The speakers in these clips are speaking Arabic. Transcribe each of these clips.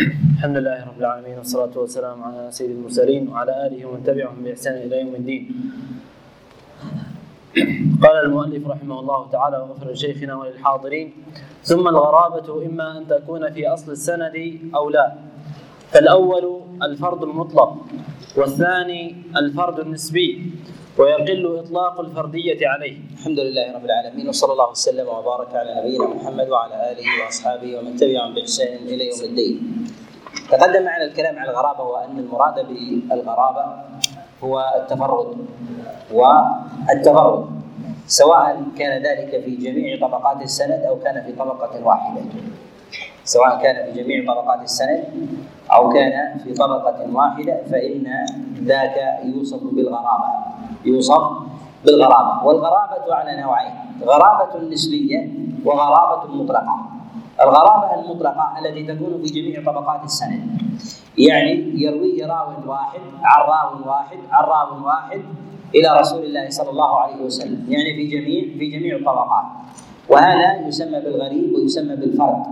الحمد لله رب العالمين، والصلاة والسلام على سيد المرسلين وعلى آله ومن تبعهم بإحسان إلى يوم الدين. قال المؤلف رحمه الله تعالى وغفر لشيخنا وللحاضرين: ثم الغرابة إما أن تكون في أصل السند أو لا، فالأول الفرد المطلق، والثاني الفرد النسبي، ويقل إطلاق الفردية عليه. الحمد لله رب العالمين، وصلى الله وسلم وبارك على نبينا محمد وعلى آله وأصحابه ومن تبعهم بإحسان إلى يوم الدين. تقدم معنا الكلام عن الغرابة، وأن المراد بالغرابة هو التفرد والتفرد، سواء كان ذلك في جميع طبقات السند أو كان في طبقة واحدة، سواء كان في جميع طبقات السند أو كان في طبقة واحدة، فإن ذاك يوصف بالغرابة. والغرابة على نوعين: غرابة نسبية وغرابة مطلقة. الغرابة المطلقة التي تكون في جميع طبقات السند، يعني يرويه راو واحد عن راو واحد إلى رسول الله صلى الله عليه وسلم، يعني في جميع الطبقات. وهذا يسمى بالغريب ويسمى بالفرد،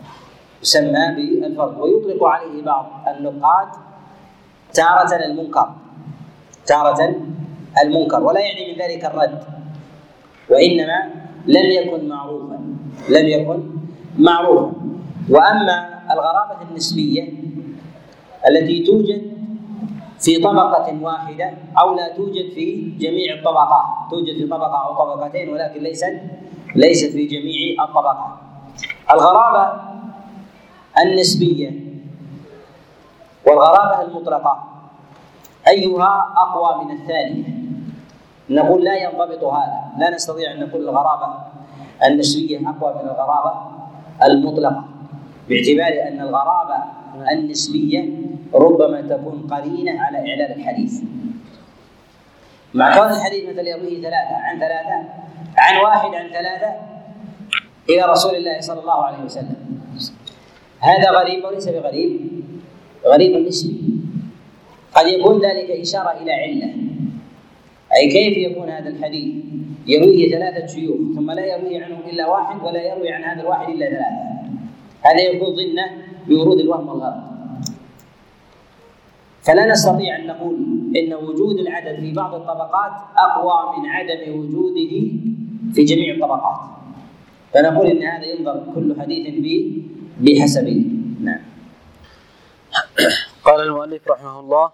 ويطلق عليه بعض النقاد تارة المنكر، ولا يعني من ذلك الرد، وإنما لم يكن معروفا. وأما الغرابة النسبية التي توجد في طبقة واحدة أو لا توجد في جميع الطبقات، توجد في طبقة أو طبقتين ولكن ليست في جميع الطبقات. الغرابة النسبية والغرابة المطلقة أيها أقوى من الثانية؟ نقول لا ينضبط هذا، لا نستطيع أن نقول الغرابة النسبية أقوى من الغرابة المطلقة، باعتبار أن الغرابة النسبية ربما تكون قرينة على إعلان الحديث، مع كون الحديث مثل يرويه ثلاثة عن واحد عن ثلاثة إلى رسول الله صلى الله عليه وسلم. هذا غريب وليس بغريب، غريب نسبي. قد يكون ذلك إشارة إلى علة، أي كيف يكون هذا الحديث يرويه ثلاثة شيوخ ثم لا يروي عنهم إلا واحد، ولا يروي عن هذا الواحد إلا ثلاثة؟ هذا يكون ضمن بورود الوهم والغلط. فلا نستطيع أن نقول إن وجود العدد في بعض الطبقات أقوى من عدم وجوده في جميع الطبقات، فنقول إن هذا ينظر كل حديث بحسبه. نعم. قال المؤلف رحمه الله: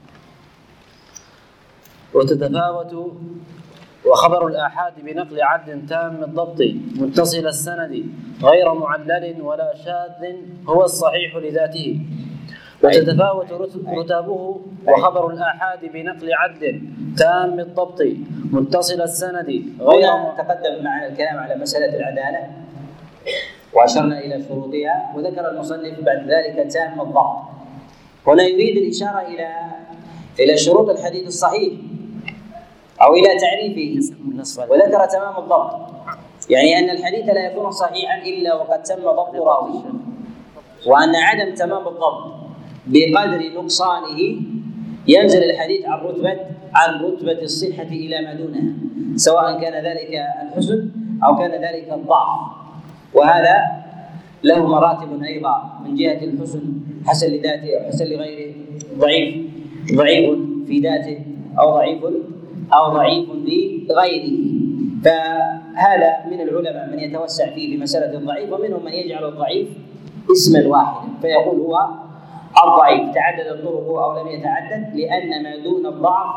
وتتفاوت وخبر الآحاد بنقل عدل تام الضبط متصل السند غير معلل ولا شاذ هو الصحيح لذاته. وتتفاوت رتبه وخبر الآحاد بنقل عدل تام الضبط متصل السند غير. تقدم معنا الكلام على مسألة العدالة وأشرنا إلى شروطها، وذكر المصنف بعد ذلك تام الضبط. هنا يريد الإشارة إلى شروط الحديث الصحيح أو إلى تعريفه، وذكر تمام الضبط، يعني أن الحديث لا يكون صحيحا إلا وقد تم ضبط راويه، وأن عدم تمام الضبط بقدر نقصانه ينزل الحديث عن رتبة الصحة إلى ما دونها، سواء كان ذلك الحسن أو كان ذلك الضعف. وهذا له مراتب أيضا من جهة الحسن، حسن لذاته أو حسن لغيره، ضعيف في ذاته أو ضعيف لغيره. فهذا من العلماء من يتوسع فيه في مسألة الضعيف، ومنهم من يجعل الضعيف اسما واحدا فيقول هو الضعيف، تعددت طرقه أو لم يتعدد، لأن ما دون الضعف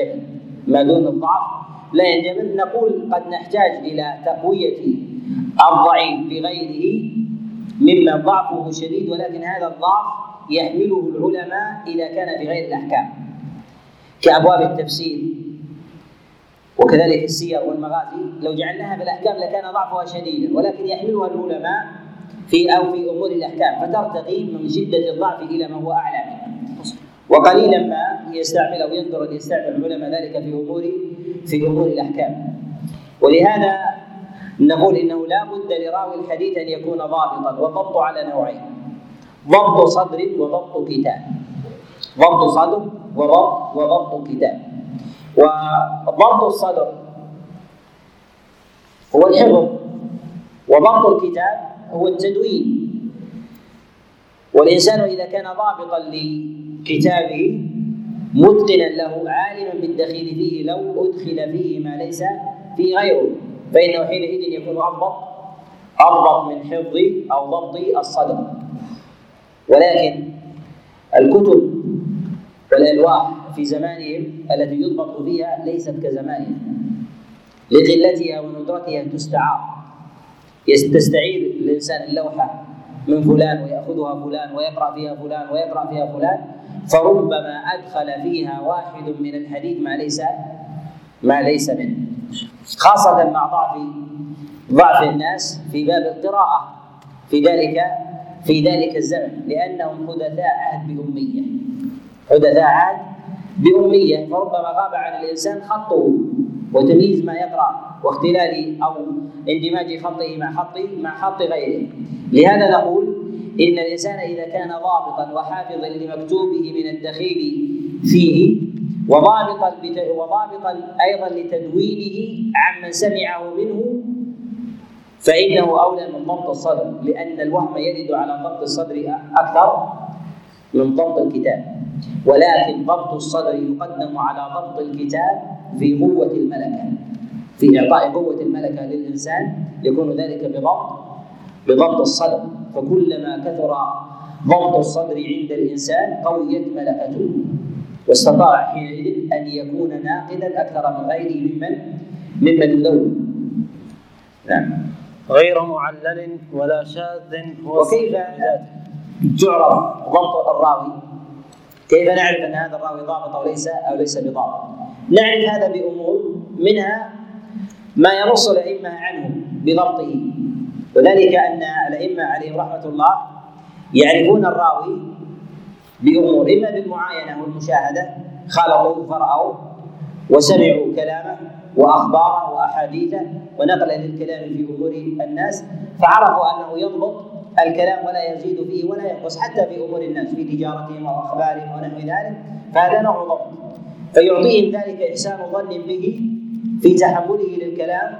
لا ينجبر. نقول قد نحتاج إلى تقوية الضعيف بغيره مما ضعفه شديد، ولكن هذا الضعف يحمله العلماء إذا كان بغير الأحكام، كأبواب التفسير وكذلك السير والمغازي. لو جعلناها في الأحكام لكان ضعفها شديدا، ولكن يحملها العلماء في أمور الأحكام، فترتقي من شدة الضعف إلى ما هو أعلى منه. وقليلا ما يستعمل أو يقدر أن يستعمل العلماء ذلك في أمور الأحكام. ولهذا نقول إنه لا بد لراوي الحديث أن يكون ضابطا، والضبط على نوعين: ضبط صدر وضبط كتاب. وضبط كتاب. وضبط الصدر هو الحفظ، وضبط الكتاب هو التدوين. والإنسان إذا كان ضابطا لكتابه متقنا له عالما بالدخيل فيه لو أدخل فيه ما ليس فيه غيره فإنه حينئذ يكون أضبط من حفظ أو ضبط الصدر. ولكن الكتب والألواح في زمانهم التي يضبط فيها ليست كزماننا، لقلتها وندرتها تستعير الإنسان اللوحة من فلان ويأخذها فلان ويقرأ فيها فلان ويقرأ فيها فلان، فربما أدخل فيها واحد من الحديث ما ليس منه، خاصة مع ضعف الناس في باب القراءة في ذلك الزمن، لأنهم حدثاء عهد بأمية، فربما غاب عن الإنسان خطه وتمييز ما يقرأ واختلال أو اندماج خطه مع خط غيره. لهذا نقول إن الإنسان إذا كان ضابطا وحافظا لمكتوبه من الدخيل فيه وضابطا أيضا لتدوينه عمن سمعه منه، فإنه أولى من ضبط الصدر، لأن الوهم يرد على ضبط الصدر أكثر من ضبط الكتاب. ولكن ضبط الصدر يقدم على ضبط الكتاب في قوة الملكة، في إعطاء قوة الملكة للإنسان يكون ذلك بضبط الصدر. فكلما كثر ضبط الصدر عند الإنسان قويت ملكته، واستطاع حينئذ أن يكون ناقدا أكثر من غيره ممن يدون. نعم. غير معلل ولا شاذ. وكيف تعرف ضبط الراوي؟ كيف نعرف أن هذا الراوي ضابط أو ليس بضابط؟ نعرف هذا بأمور، منها ما ينص الأئمة عنه بضبطه، وذلك أن الأئمة عليهم رحمة الله يعرفون الراوي بأمور، إما بالمعاينة والمشاهدة، خالطوا فرأوا وسمعوا كلامه وأخباره وأحاديثه ونقل للكلام في أمور الناس، فعرفوا أنه يضبط الكلام ولا يزيد فيه ولا ينقص حتى في أمور الناس في تجارتهم وأخبارهم ونحو ذلك، فهذا نوع ضبط، فيعطيهم ذلك إحسان ظن به في تحمله للكلام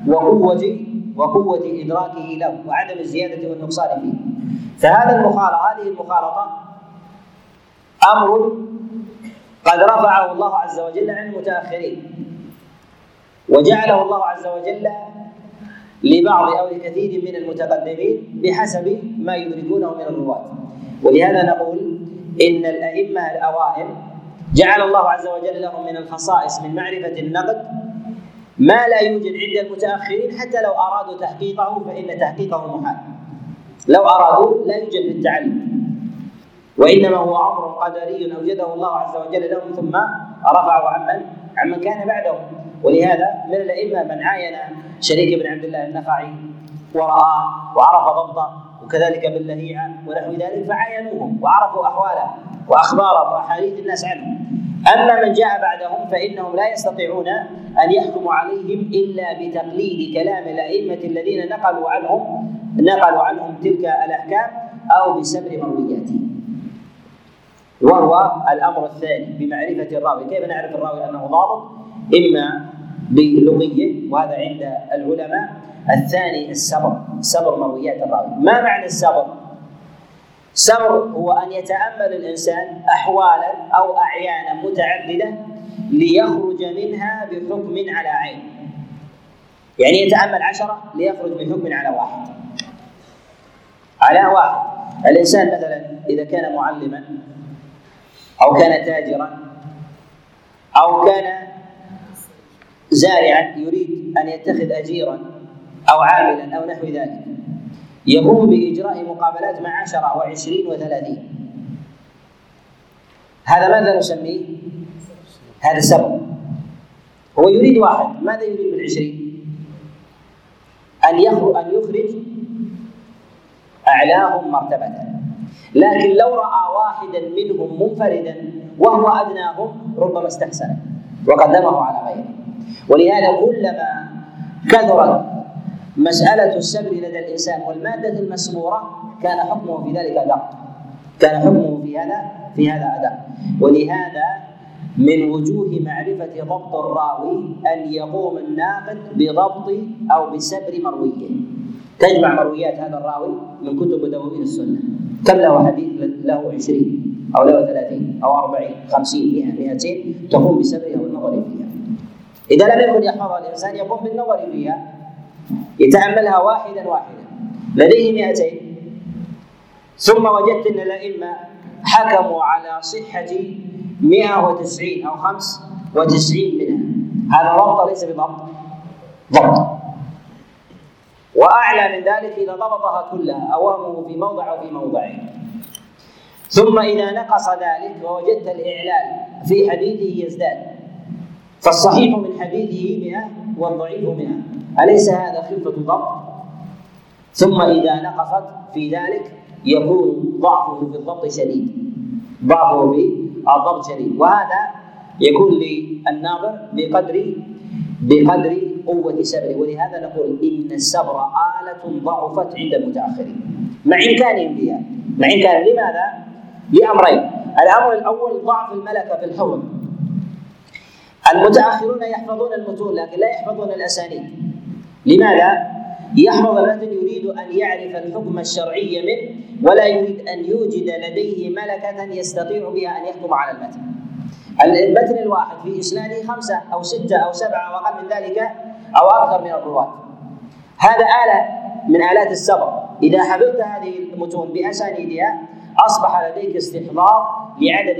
وقوة إدراكه له وعدم الزيادة والنقصان فيه. فهذه المخالطة أمر قد رفعه الله عز وجل عن المتأخرين، وجعله الله عز وجل لبعض أو لكثير من المتقدمين بحسب ما يدركونه من الرواة. ولهذا نقول إن الأئمة الأوائل جعل الله عز وجل لهم من الخصائص من معرفة النقد ما لا يوجد عند المتأخرين، حتى لو أرادوا تحقيقه فإن تحقيقه محال، لو أرادوا لا يوجد بالتعلم، وإنما هو أمر قدري أوجده الله عز وجل لهم ثم رفعه عمن كان بعدهم. ولهذا من الأئمة من عاين شريك بن عبد الله النخعي ورآه وعرف ضبطه، وكذلك باللهيعة ونحو ذلك، فعاينوهم وعرفوا أحواله وأخباره وأحاديث الناس عنه. أما من جاء بعدهم فإنهم لا يستطيعون أن يحكموا عليهم إلا بتقليد كلام الأئمة الذين نقلوا عنهم تلك الأحكام أو بسبر مروياتهم. وهو الأمر الثاني بمعرفة الراوي. كيف نعرف الراوي أنه ضابط؟ إما بلغية، وهذا عند العلماء. الثاني الصبر مرويات الراوي. ما معنى الصبر؟ الصبر هو أن يتأمل الإنسان أحوالا أو أعيانا متعددة ليخرج منها بحكم على عين، يعني يتأمل 10 ليخرج بحكم على واحد. الإنسان مثلا إذا كان معلما أو كان تاجرا أو كان زارعا يريد أن يتخذ أجيرا أو عاملا أو نحو ذلك، يقوم بإجراء مقابلات مع 10 و20 و30. هذا ماذا نسميه؟ هذا السبب. هو يريد واحد، ماذا يريد بال20؟ أن يخرج أعلاهم مرتبة. لكن لو رأى واحدا منهم منفردا وهو أدناهم ربما استحسن وقدمه على غيره. ولهذا كلما كثرت مسألة السبر لدى الإنسان والمادة المسبورة كان حكمه في ذلك أدق، كان حكمه في هذا أدق. ولهذا من وجوه معرفة ضبط الراوي أن يقوم الناقد بضبط أو بسبر مرويه، تجمع مرويات هذا الراوي من كتب ودواوين السنة، كم له حديث له 20 أو له 30 أو 40 50 100 200 تقوم بسبرها والنظر فيها. إذا لم يكن يحفظها الإنسان يقوم بالنظر فيها، يتأملها واحدا واحدا. لديه 200 ثم وجدت أن الأئمة حكموا على صحة 190 أو 95 منها، هذا ضبط ليس بضبط، ضبط. وأعلى من ذلك إذا ضبطها كلها أوهمه في موضع أو في موضعين. ثم إذا نقص ذلك ووجدت الإعلال في حديثه يزداد، فالصحيح من حديثه 100 والضعيف 100، أليس هذا خفة ضبط؟ ثم إذا نقصت في ذلك يكون ضعفه في الضبط شديد، ضعفه في الضبط شديد، وهذا يكون للناظر بقدر قوة سبره. ولهذا نقول إن السبر آلة ضعفت عند المتأخرين مع إمكانهم بها، مع إمكانهم. لماذا؟ لأمرين. الأمر الأول ضعف الملكة في الحفظ. المتأخرون يحفظون المتون لكن لا يحفظون الأسانيد. لماذا؟ يحفظ المتن يريد أن يعرف الحكم الشرعي منه، ولا يريد أن يوجد لديه ملكة يستطيع بها أن يحكم على المتن. المتن الواحد في إسناده 5 أو 6 أو 7 وأقل من ذلك أو أكثر من الرواة. هذا آلة من آلات السبر. إذا حفظت هذه المتون بأسانيدها أصبح لديك استحضار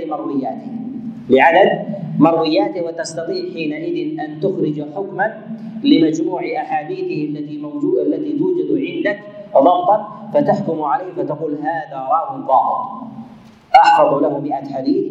لعدد مروياته، وتستطيع حينئذ أن تخرج حكما لمجموع أحاديثه التي توجد عندك ضبطا، فتحكم عليه فتقول هذا راو ضابط أحفظ له 100 حديث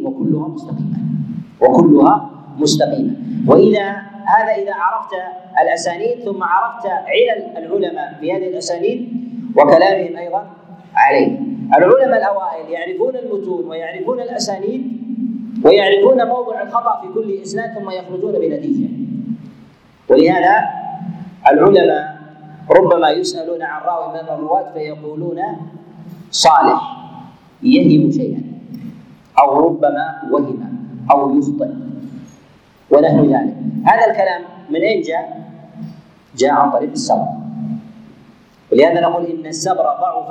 وكلها مستقيمة. إذا عرفت الأسانيد ثم عرفت علل العلماء في هذه الأسانيد وكلامهم أيضا عليه. العلماء الأوائل يعرفون المتون ويعرفون الأسانيد ويعرفون موضع الخطأ في كل إسناد ثم يخرجون بنتيجة. ولهذا العلماء ربما يسألون عن راوي من الرواة فيقولون صالح يهم شيئا، أو ربما وهم أو يخطئ ونحو ذلك. هذا الكلام من أين جاء عن طريق السبر. ولهذا نقول إن السبر ضعف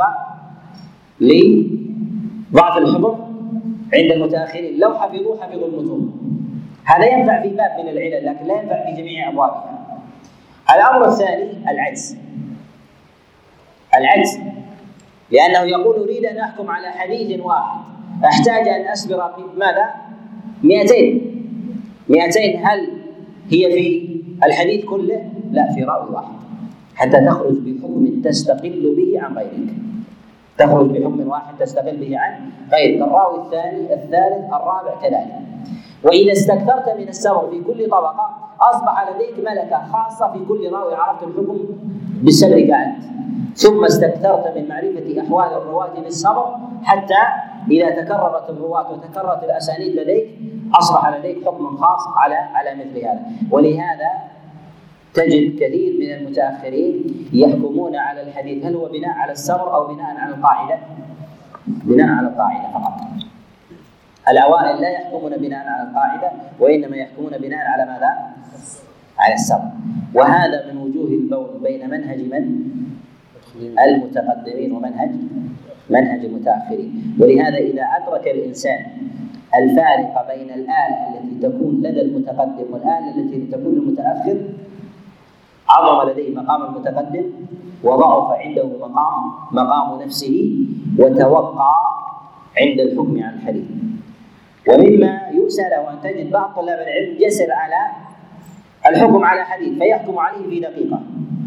لضعف الحفظ عند المتأخرين. لو حفظوا المتون، هذا ينفع في باب من العلل لكن لا ينفع في جميع أبوابها. الأمر الثاني العجز، لأنه يقول أريد أن أحكم على حديث واحد أحتاج أن أسبر ماذا؟ 200. هل هي في الحديث كله؟ لا، في راوي واحد، حتى تخرج بحكم تستقل به عن غيرك. تخرج بحكم واحد تستقل به عن غيرك، الراوي الثاني الثالث الرابع كذلك. وإذا استكثرت من السبر في كل طبقة أصبح لديك ملكة خاصة في كل راوي عرفت الحكم بسبرك أنت، ثم استكثرت من معرفة أحوال الرواة بالسبر حتى إذا تكررت الرواة وتكررت الأسانيد لديك أصبح لديك حكم خاص على مثل هذا. ولهذا تجد كثير من المتأخرين يحكمون على الحديث هل هو بناء على السبر أو بناء على القاعدة؟ بناء على القاعدة فقط. الأوائل لا يحكمون بناء على القاعدة وإنما يحكمون بناء على ماذا؟ على السبر. وهذا من وجوه البون بين منهج المتقدمين ومنهج المتأخرين. ولهذا إذا أدرك الإنسان الفارق بين الآلة التي تكون لدى المتقدم والآلة التي تكون للمتأخر عظم لديه مقام المتقدم وضعف عنده مقام نفسه وتوقع عند الحكم عن الحديث. ومما يؤسى له أن تجد بعض طلاب العلم يسر على الحكم على حديث فيحكم عليه في دقيقة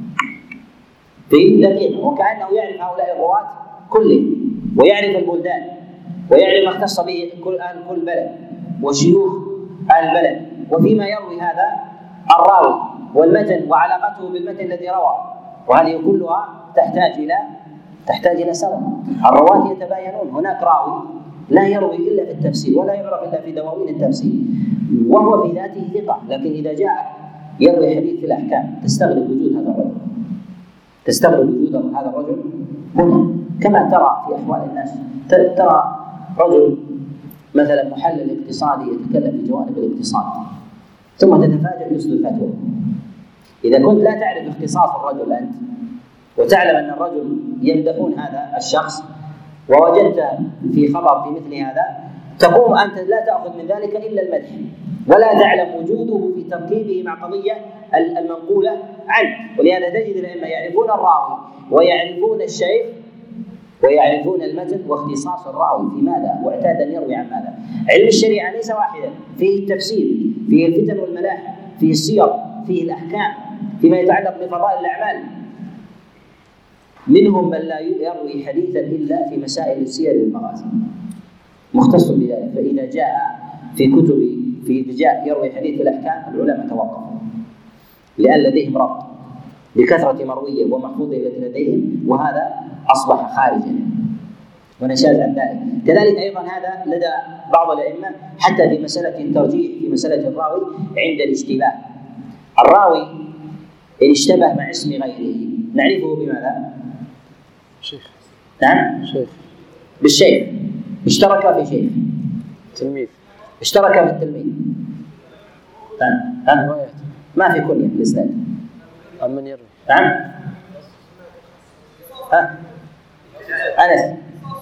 وكأنه يعرف هؤلاء الرواة كلهم ويعرف البلدان ويعرف ما اختص به كل بلد وشيوخ أهل البلد وفيما يروي هذا الراوي والمتن وعلاقته بالمتن الذي روى. وهذه كلها تحتاج إلى سبب. الرواة يتباينون. هناك راوي لا يروي إلا في التفسير ولا يعرف إلا في دواوين التفسير وهو في ذاته ثقة، لكن إذا جاء يروي حديث في الأحكام تستغرب وجود هذا الرجل هنا. كما ترى في أحوال الناس، ترى رجل مثلا محلل اقتصادي يتكلم في جوانب الاقتصاد ثم تتفاجأ يصدر فتوى. إذا كنت لا تعرف اختصاص الرجل أنت وتعلم أن الرجل يمدحون هذا الشخص ووجدت في خبر في مثل هذا، تقوم أنت لا تأخذ من ذلك إلا المدح، ولا تعلم وجوده في تركيبه مع قضية المنقولة عنه. ولهذا تجد الأئمة يعرفون الراوي ويعرفون الشيخ ويعرفون المتن واختصاص الراوي في ماذا واعتاد أن يروي عن ماذا. علم الشريعة ليس واحدا، فيه التفسير، فيه الفتن والملاحم، فيه السير، فيه الأحكام، فيما يتعلق بفضائل الأعمال. منهم من لا يروي حديثا إلا في مسائل السير والمغازي، مختص بذلك. فإذا جاء في كتب إذا جاء يروي حديث الأحكام العلماء توقفوا، لأن لديهم ربط بكثرة مروية ومحفوظة التي لديهم، وهذا أصبح خارجا ونشاز عن ذلك. كذلك أيضا هذا لدى بعض الأئمة حتى في مسألة الترجيح في مسألة الراوي عند الاشتباه. الراوي إن اشتبه مع اسم غيره نعرفه بماذا؟ شيخ. نعم؟ شيخ. بالشيخ. اشترك في شيخ. تلميذ. اشترك في التلميذ. ما في كنية في الإسناد. من يروي؟ نعم. أنس.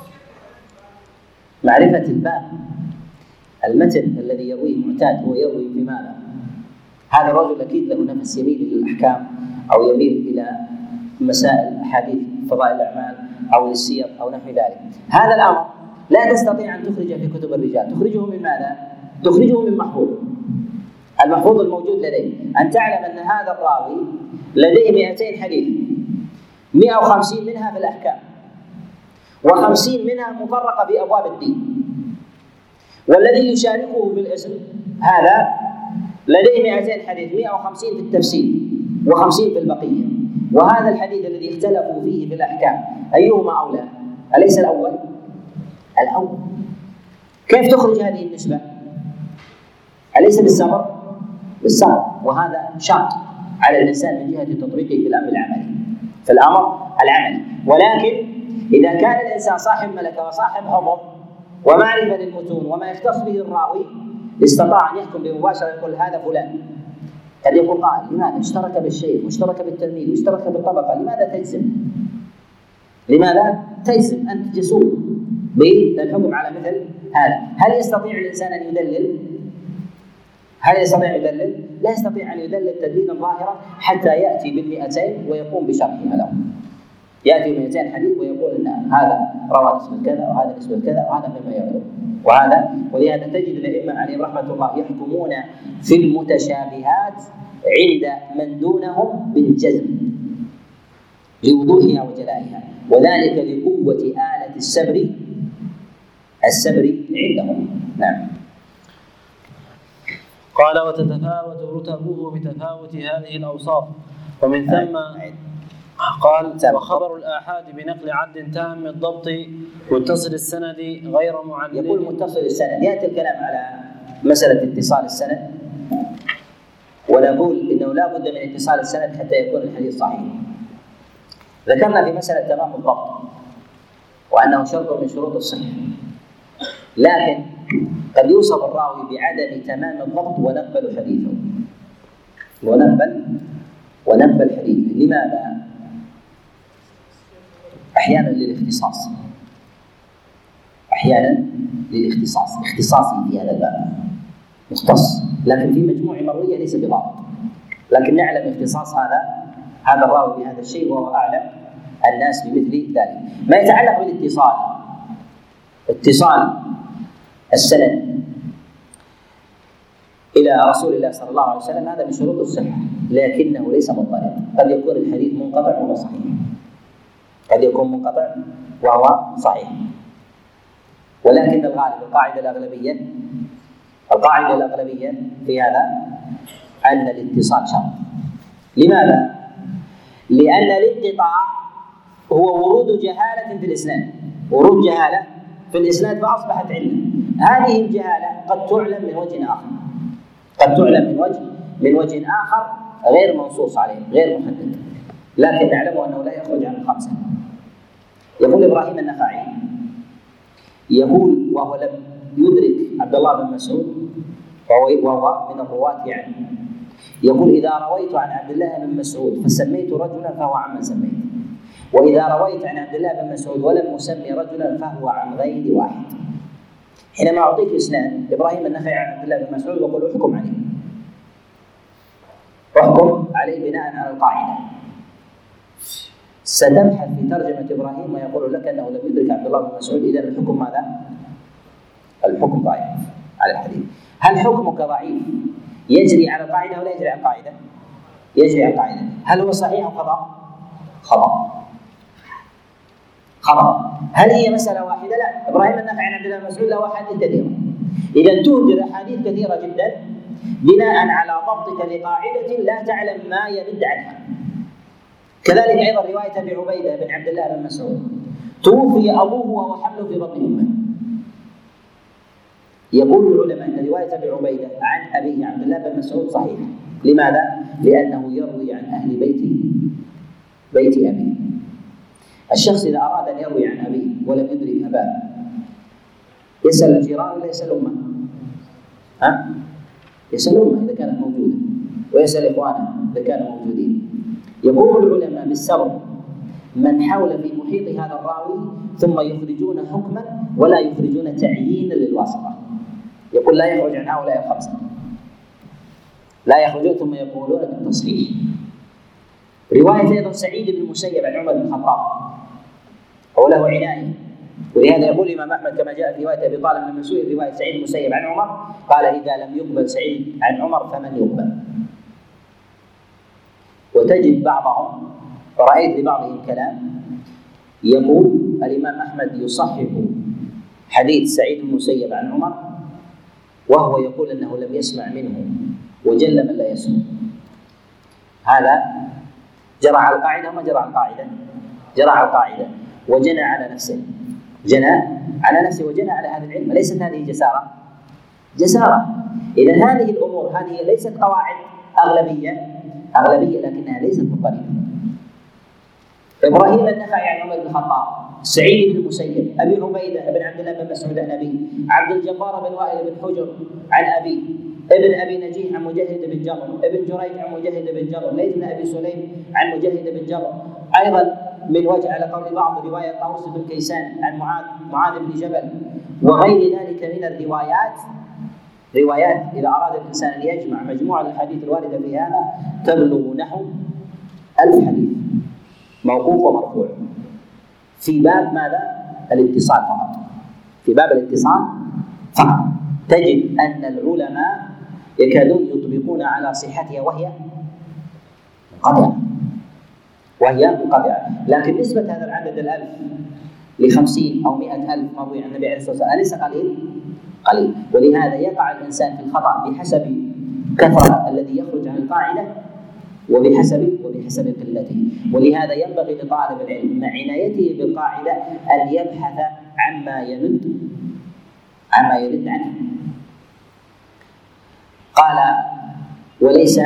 معرفة الباب، المتن الذي يرويه معتاد هو يروي في ماذا؟ هذا الرجل أكيد له نفس يميل إلى الأحكام أو يميل إلى مسائل حديث فضائل الأعمال أو السير أو نحو ذلك. هذا الأمر لا تستطيع أن تخرجه في كتب الرجال. تخرجه من ماذا؟ تخرجه من محفوظ، المحفوظ الموجود لديه. أن تعلم أن هذا الراوي لديه 200 حديث، 150 منها في الأحكام، و50 منها مفرقة في أبواب الدين. والذي يشاركه في الاسم هذا لديه 200 حديث، 150 في التفسير و50 في البقية. وهذا الحديث الذي اختلفوا فيه في الأحكام أيهما أولى؟ أليس الأول؟ الأول. كيف تخرج هذه النسبة؟ أليس بالصبر؟ بالصبر. وهذا شرط على الإنسان من جهة تطبيقه في الأمر العملي، في الأمر العملي. ولكن إذا كان الإنسان صاحب ملكة وصاحب حفظ ومعرفة للمتون وما يختص به الراوي، استطاع أن يحكم بمباشرة يقول هذا فلان. قد يقول قائل لماذا اشترك بالشيخ واشترك بالتلميذ واشترك بالطبقة؟ لماذا تجزم؟ لماذا تجزم أنت جسور بالحكم على مثل هذا؟ هل يستطيع الإنسان أن يدلل؟ هل يستطيع أن يدلل؟ لا يستطيع أن يدلل تدليلا ظاهرا حتى يأتي بال200 ويقوم بشرحها له. يأتي ب200 حديث ويقول أن هذا روى نسبة كذا وهذا نسبة كذا وهذا مما يقول وهذا. ولهذا تجد الأئمة عليهم رحمة الله يحكمون في المتشابهات عند من دونهم بالجزم لوضوحها وجلائها، وذلك لقوة آلة السبر عندهم. نعم. قال وتتفاوت رتبه بتفاوت هذه الأوصاف، ومن ثم قال وخبر الآحاد بنقل عدل تام الضبط متصل السند غير معلل. يقول متصل السند، يأتي الكلام على مسألة اتصال السند، ونقول إنه لا بد من اتصال السند حتى يكون الحديث صحيح. ذكرنا في مسألة تمام الضبط وأنه شرط من شروط الصحة، لكن قد يوصف الراوي بعدم تمام الضبط ونقبل حديثه ونقبل حديثه. لماذا؟ أحيانا للاختصاص، اختصاصي في هذا الباب مختص، لكن في مجموع مروية ليس بضابط، لكن نعلم اختصاص هذا الراوي بهذا الشيء وهو أعلم الناس بمثل ذلك. ما يتعلق بالاتصال، اتصال السند إلى رسول الله صلى الله عليه وسلم هذا من شروط الصحة، لكنه ليس مضطرد. قد يكون الحديث منقطع وهو صحيح، قد يكون منقطع وهو صحيح، ولكن الغالب القاعدة الأغلبية في هذا أن الاتصال شرط. لماذا؟ لأن الانقطاع هو ورود جهالة في الإسناد، ورود جهالة في الإسناد فأصبحت علة. هذه الجهالة قد تعلم من وجه آخر غير منصوص عليه، غير محدد، لكن نعلم أنه لا يخرج عن الخمسة. يقول إبراهيم النخعي، يقول وهو لم يدرك عبد الله بن مسعود وهو من الرواة يعني، يقول إذا رويت عن عبد الله بن مسعود فسميت رجلا فهو عمن سميت، وإذا رويت عن عبد الله بن مسعود ولم أسمي رجلا فهو عن غير واحد. حينما أعطيك إسناد إبراهيم النخعي عن عبد الله بن مسعود وأقول احكم عليه، احكم عليه بناء على القاعدة. ستبحث في ترجمة إبراهيم ويقول لك أنه لم يدرك عبد الله بن مسعود، إذن الحكم ماذا؟ الحكم ضعيف على الحديث. هل حكمك ضعيف يجري على القاعدة ولا يجري على القاعدة؟ يجري على القاعدة. هل هو صحيح أو خطأ؟ خطأ. هل هي مسألة واحدة؟ لا. إبراهيم النخعي عن عبد الله بن مسعود له أحاديث كثيرة، إذا تهدر أحاديث كثيرة جدا بناء على ضبطك لقاعدة لا تعلم ما يرد عنها. كذلك أيضا رواية أبي عبيدة بن عبد الله بن مسعود توفي أبوه وهو حمل في بطن أمه. يقول العلماء أن رواية أبي عبيدة عن أبيه عبد الله بن مسعود صحيحة. لماذا؟ لأنه يروي عن أهل بيت أبيه. الشخص إذا أراد أن يروي عن أبيه ولم يدرك أباه يسأل الجيران ولا يسأل أمه؟ يسأل أمه إذا كانت موجودة، ويسأل إخوانه إذا كانوا موجودين. يقول العلماء بالسبب من حول في محيط هذا الراوي ثم يخرجون حكما ولا يخرجون تعيينا للواسطة. يقول لا يخرج عن هؤلاء الخمسة، لا يخرجون ثم يقولون بالتصحيح. رواية أيضا سعيد بن المسيب عن عمر بن الخطاب هو له عناية، ولهذا يقول الإمام أحمد كما جاء في رواية أبي طالب بن مسعود رواية سعيد بن المسيب عن عمر قال إذا لم يقبل سعيد عن عمر فمن يقبل. وتجد بعضهم، ورأيت لبعضهم كلام يقول الإمام أحمد يصحح حديث سعيد بن المسيب عن عمر وهو يقول أنه لم يسمع منه وجل من لا يسمع. هذا جرى على القاعدة وما جرى على القاعدة؟ جرى على القاعدة وجنى على نفسه، جنى على نفسه وجنى على هذا العلم. ليست هذه جسارة. إذا هذه الأمور هذه ليست قواعد أغلبية لكنها ليست بالطريقة. إبراهيم النخعي عن عمر بن الخطاب، سعيد بن المسيب، أبي عبيدة بن عبد الله بن مسعود عن أبيه، عبد الجبار بن وائل بن حجر عن أبيه، ابن أبي نجيح عن مجاهد بن جبر، ابن جريج عن مجاهد بن جبر، ليث بن أبي سليم عن مجاهد بن جبر. أيضا من وجه على قول بعض رواية طاووس بن كيسان عن معاذ بن جبل وغير ذلك من الروايات. إذا أراد الإنسان أن يجمع مجموعة الحديث الواردة في هذا تبلغ نحو 1000 حديث موقوف ومرفوع في باب ماذا؟ الاتصال فقط. في باب الاتصال فقط تجد أن العلماء يكادون يطبقون على صحتها وهي منقطعة. لكن نسبة هذا العدد 1000 ل50 أو 100,000 مروي عن النبي عليه الصلاة والسلام أليس قليل؟ ولهذا يقع الإنسان في الخطأ بحسب كثرة الذي يخرج عن القاعدة وبحسب قلته. ولهذا ينبغي لطالب العلم مع عنايته بالقاعدة أن يبحث عما يرد عنه. قال وليس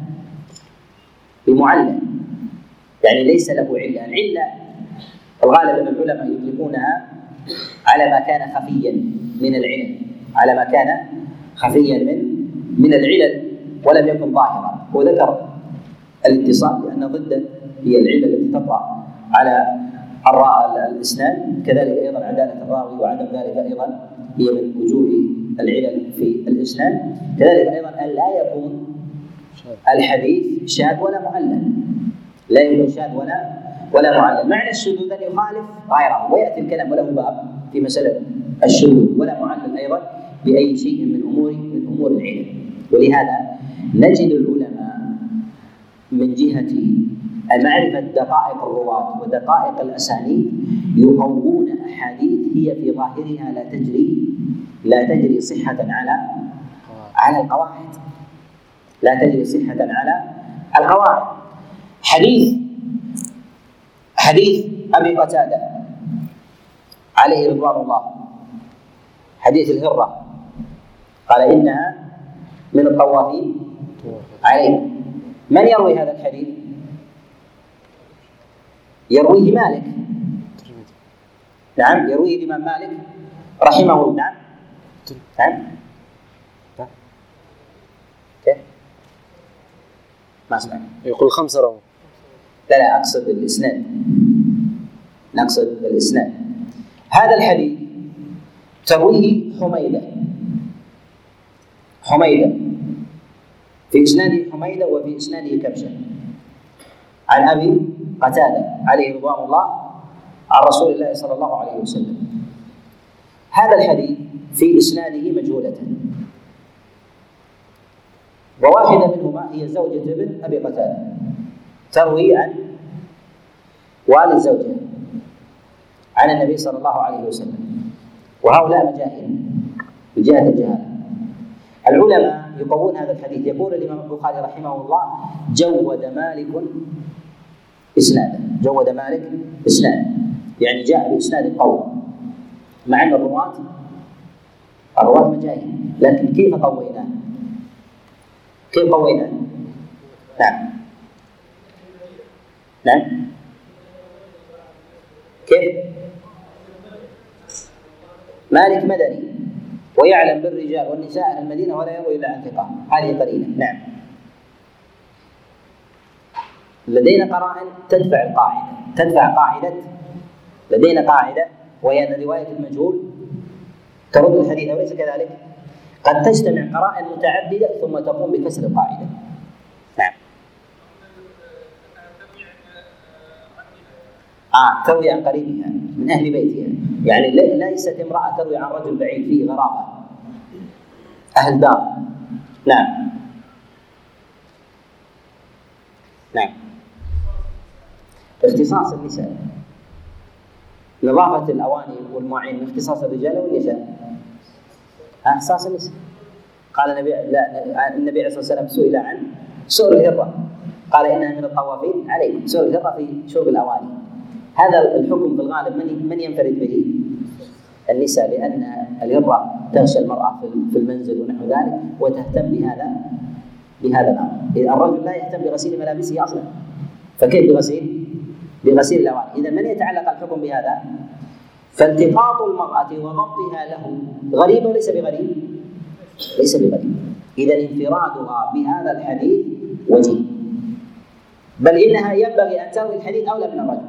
بمعلل، يعني ليس له علة. العلة الغالب من العلماء يطلقونها على ما كان خفيا من العلل، على ما كان خفيا من العلل ولم يكن ظاهرا. وذكر الاتصال لأن ضده هي العلة التي تطرأ على الإسناد، كذلك أيضا عدالة الراوي، وعدم ذلك أيضا هي من وجوه العلل في الإسناد. كذلك أيضا أن لا يكون الحديث شاذ ولا معلل، لا يكون شاذ ولا معلل. معنى الشذوذ أن يخالف غيره، ويأتي الكلام وله باب في مسألة الشذوذ ولا معلل أيضا بأي شيء من أمور العلم. ولهذا نجد العلماء من جهة معرفة دقائق الرواة ودقائق الأسانيد يقوون أحاديث هي في ظاهرها لا تجري صحة على القواعد، لا تجري صحة على القواعد. حديث أبي قتادة عليه رضوان الله، حديث الهرة، قال إنها من الطوافين عليه. من يروي هذا الحديث؟ يرويه مالك. نعم، يرويه الإمام مالك رحمه الله. نعم. كيف؟ ما أسمع. يقول 5 رواه. لا أقصد الإسناد. نقصد الإسناد. هذا الحديث ترويه حميدة في إسناده حميدة وفي إسناده كبشة عن أبي قتادة عليه رضوان الله عن رسول الله صلى الله عليه وسلم. هذا الحديث في إسناده مجهولتان، وواحدة منهما هي زوجة ابن أبي قتادة تروي عن والد زوجها عن النبي صلى الله عليه وسلم، وهؤلاء مجاهيل من جهة الجهالة. العلماء يقوون هذا الحديث. يقول الإمام البخاري رحمه الله: جود مالك إسناده، جود مالك إسناده، يعني جاء بإسناد قوي، مع أن الرواة مجاهيل، لكن كيف قويناه؟ نعم كيف؟ مالك مدني ويعلم بالرجال والنساء أهل المدينة ولا يروي إلا عن ثقة، هذه قرينة. نعم، لدينا قرائن تدفع قاعدة لدينا قاعدة، وهي أن رواية المجهول ترد الحديث، أوليس كذلك؟ قد تجتمع قرائن متعددة ثم تقوم بكسر القاعدة. نعم. تروي عن قريبها من أهل بيتها، يعني ليست امرأة تروي عن رجل بعيد فيه غرابة، أهل دار. نعم. اختصاص النساء، نظافة الأواني والمواعين من اختصاص الرجال والنساء. اختصاص النساء. قال النبي عليه الصلاة والسلام سئل عن سؤر الهرة، قال إنها من الطوافين عليكم، سؤر الهرة في شرب الأواني. هذا الحكم في الغالب من ينفرد به؟ النساء، لأن الهرة تغشى المرأة في المنزل ونحو ذلك وتهتم بهذا الأمر. الرجل لا يهتم بغسيل ملابسه أصلا، فكيف بغسيل الأواني؟ إذا من يتعلق الحكم بهذا؟ فالتقاط المرأة وضبطها له غريب وليس بغريب؟ ليس بغريب. إذا انفرادها بهذا الحديث وجيه، بل إنها ينبغي أن تروي الحديث أولى من الرجل،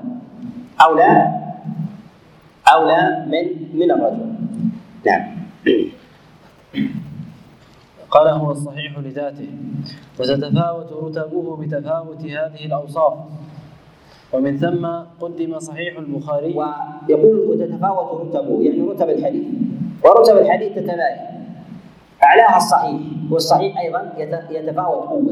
أولى من الرجل. نعم. قال: هو الصحيح لذاته، وتتفاوت رتبه بتفاوت هذه الأوصاف، ومن ثم قدم صحيح البخاري. ويقول وتتفاوت رتبه، يعني رتب الحديث، ورتب الحديث تتباين، أعلاها الصحيح، والصحيح أيضا يتفاوت قوة،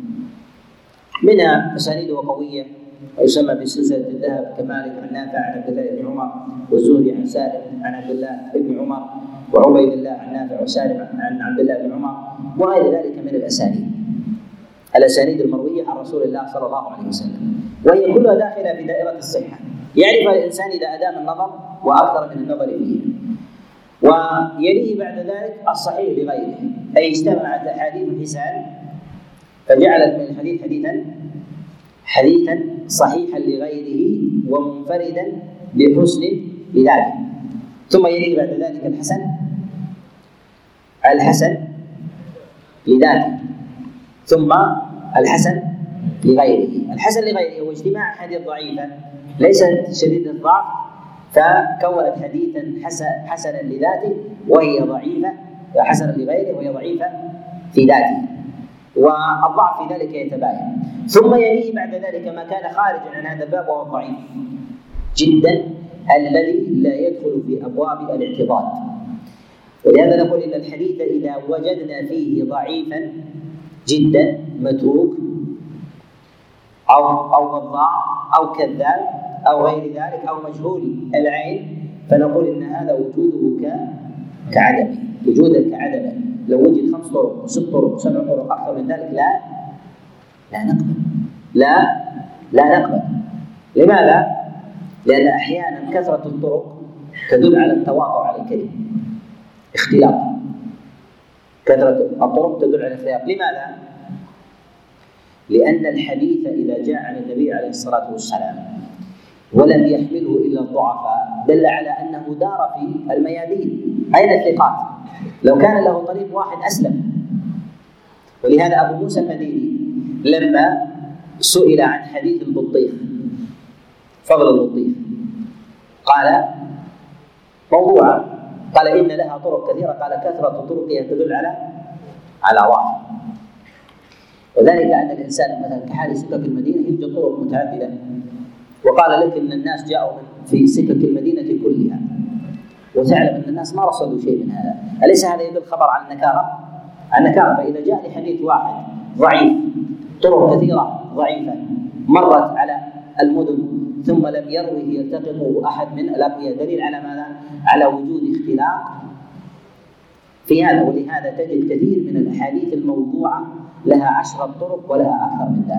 منها أسانيده قوية ويسمى بسلسلة الذهب كمالك عن نافع عن عبد الله بن عمر، والزهري عن سالم عن عبد الله بن عمر، وعبيد الله عن نافع وسالم عن عبد الله بن عمر، وغير ذلك من الأسانيد المروية عن رسول الله صلى الله عليه وسلم، وهي كلها داخلة في دائرة الصحة. يعرف الإنسان إذا أدام النظر وأكثر من النظر فيه. ويليه بعد ذلك الصحيح لغيره، أي اجتمعت أحاديث حسان فجعلت من الحديث حديثا صحيحا لغيره ومنفردا بحسن لذاته. ثم يليه بعد ذلك الحسن لذاته، ثم الحسن لغيره. الحسن لغيره هو اجتماع أحاديث ضعيفة ليست شديدة الضعف فكونت حديثا حسنا لذاته وهي ضعيفة، حسنا لغيره وهي ضعيفة في ذاته، والضعف في ذلك يتباين. ثم يليه بعد ذلك ما كان خارجا عن هذا الباب وهو ضعيف جدا، الذي لا يدخل في أبواب الاعتضاد. ولهذا نقول إن الحديث إذا وجدنا فيه ضعيفا جدا متروك أو وضاع أو كذاب أو غير ذلك أو مجهول العين، فنقول إن هذا وجوده كعدمه، وجوده كعدمه. لو وجد 5 طرق 6 طرق 7 طرق أكثر من ذلك لا نقبل. لماذا؟ لأن أحيانا كثرة الطرق تدل على التواطؤ على الكذب، اختلاط. كثرة الطرق تدل على الاختلاط. لماذا؟ لأن الحديث إذا جاء عن النبي عليه الصلاة والسلام ولم يحمله إلا الضعفاء دل على أنه دار في الميادين. أين الثقات؟ لو كان له طريق واحد أسلم. ولهذا أبو موسى المديني لما سئل عن حديث البطيخ، فضل البطيخ، قال موضوعة، قال إن لها طرق كثيرة، قال كثرة طرقها تدل على ضعف. وذلك أن الإنسان مثلا كحال سكك المدينة يوجد طرق متعددة، وقال لك إن الناس جاءوا في سكك المدينة كلها، وتعلم أن الناس ما رصدوا شيء من هذا، أليس هذا يدل خبر على النكارة؟ فإذا جاء لحديث واحد ضعيف طرق كثيرة ضعيفة مرت على المدن ثم لم يروه يلتقطه أحد من الأقوياء، دليل على ماذا؟ على وجود اختلاف في هذا. ولهذا تجد كثير من الأحاديث الموضوعة لها 10 طرق ولها أكثر من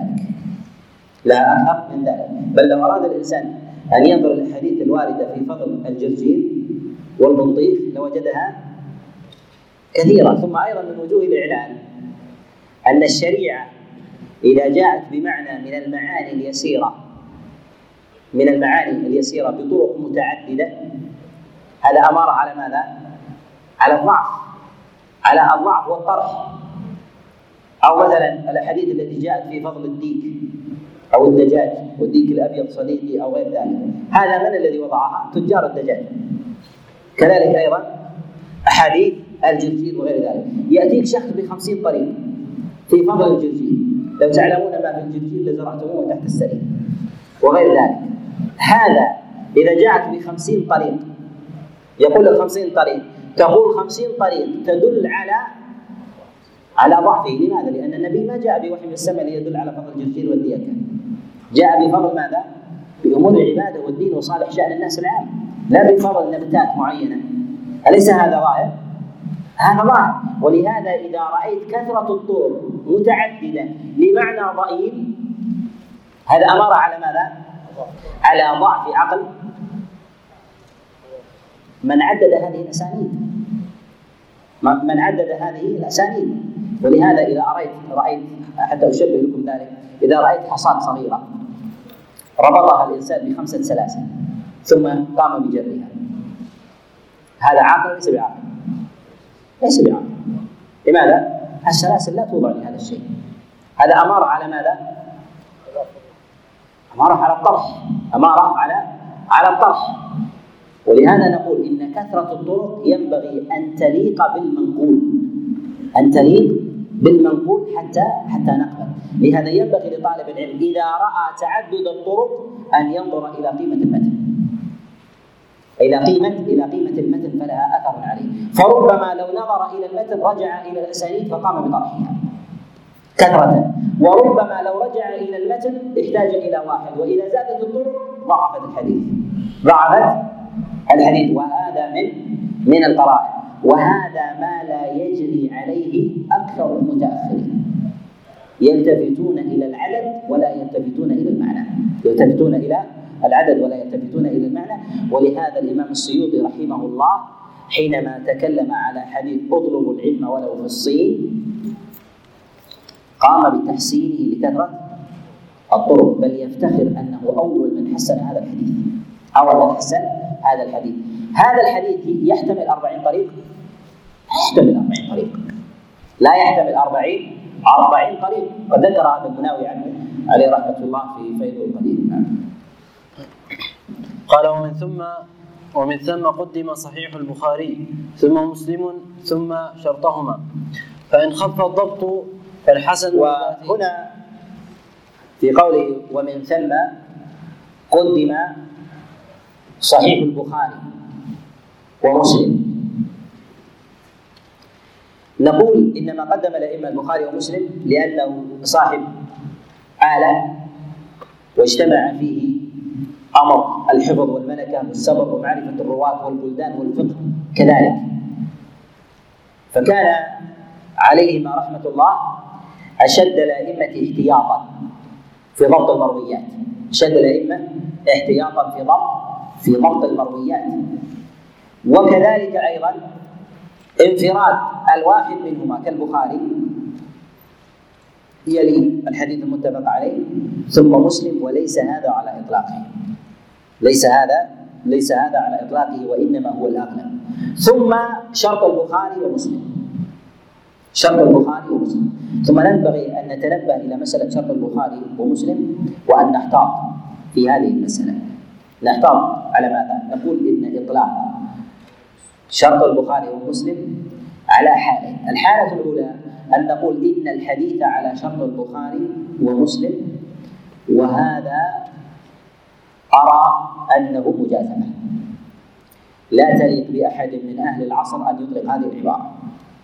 ذلك، بل لو أراد الإنسان أن ينظر الأحاديث الواردة في فضل الجرجير والبطيخ لوجدها كثيرة. ثم أيضا من وجوه الإعلان أن الشريعة إذا جاءت بمعنى من المعاني اليسيرة بطرق متعددة، هذا أمر على ماذا؟ على الضعف والطرح. أو مثلا الأحاديث التي جاءت في فضل الديك أو الدجاج والديك الأبيض صديقي أو غير ذلك، هذا من الذي وضعها؟ تجار الدجاج. كذلك أيضا أحاديث الجرجير وغير ذلك، يأتيك شخص ب50 طريق في فضل الجرجير، لو تعلمون ما في الجرجير لزرعتموه تحت السرير وغير ذلك. هذا إذا جاءت ب50 طريق، يقول لك 50 طريق، تقول 50 طريق تدل على ضعفه. لماذا؟ لأن النبي ما جاء بوحي من السماء ليدل على فضل الجرجير والديكة، جاء بفضل ماذا؟ بأمور العبادة والدين وصالح شأن الناس العام، لا بفضل نبتات معينة. أليس هذا ظاهر؟ هذا ظاهر. ولهذا إذا رأيت كثرة الطرق متعددة لمعنى ضئيل، هذا أمر على ماذا؟ على ضعف عقل من عدد هذه الأسانيد. ولهذا إذا رأيت حتى أشبه لكم ذلك، إذا رأيت حصاة صغيرة ربطها الإنسان ب5 سلاسل ثم قام بجرها، هذا عاقل ليس بعاقل. لماذا؟ السلاسل لا توضع لهذا الشيء. هذا أمر على ماذا؟ أمر على الطرح. ولهذا نقول إن كثرة الطرق ينبغي أن تليق بالمنقول حتى نقبل. لهذا ينبغي لطالب العلم إذا رأى تعدد الطرق أن ينظر إلى قيمة المتن، إلى قيمة المتن فلها أثر عليه. فربما لو نظر إلى المتن رجع إلى الأسانيد فقام بطرحها كثرة، وربما لو رجع إلى المتن احتاج إلى واحد، وإذا زادت الطرق ضعفت الحديث. وهذا من القرائن، وهذا ما لا يجري عليه أكثر المتأخرين، يلتفتون إلى العدد ولا يلتفتون إلى المعنى، ولهذا الإمام السيوطي رحمه الله حينما تكلم على حديث اطلبوا العلم ولو في الصين قام بتحسينه لكثرة الطرق، بل يفتخر أنه أول من حسن هذا الحديث. هذا الحديث يحتمل 40 طريق؟ لا يحتمل 40 طريق، قد ذكر هذا المناوي عنه عليه رحمة الله في فيض القدير. قال ومن ثم قدم صحيح البخاري ثم مسلم ثم شرطهما، فإن خف الضبط فالحسن. وهنا في قوله ومن ثم قدم صحيح البخاري ومسلم، نقول إنما قدم الأئمة البخاري ومسلم لأنه صاحب آلة واجتمع فيه أمر الحفظ والملكة والسبر ومعرفة الرواة والبلدان والفقه كذلك، فكان عليهما رحمة الله أشد الأئمة احتياطا في ضبط المرويات، وكذلك أيضا انفراد الواحد منهما كالبخاري يلي الحديث المتفق عليه ثم مسلم، وليس هذا على إطلاقه، ليس هذا على إطلاقه، وإنما هو الأغلب. ثم شرط البخاري ومسلم. ثم ننبغي أن نتنبه إلى مسألة شرط البخاري ومسلم وأن نحتاط في هذه المسألة. نحتاط على ماذا؟ نقول إن إطلاق شرط البخاري ومسلم على حالين. الحالة الأولى أن نقول إن الحديث على شرط البخاري ومسلم، وهذا أرى أنه مجازفة لا تليق بأحد من أهل العصر أن يطلق هذه العبارة،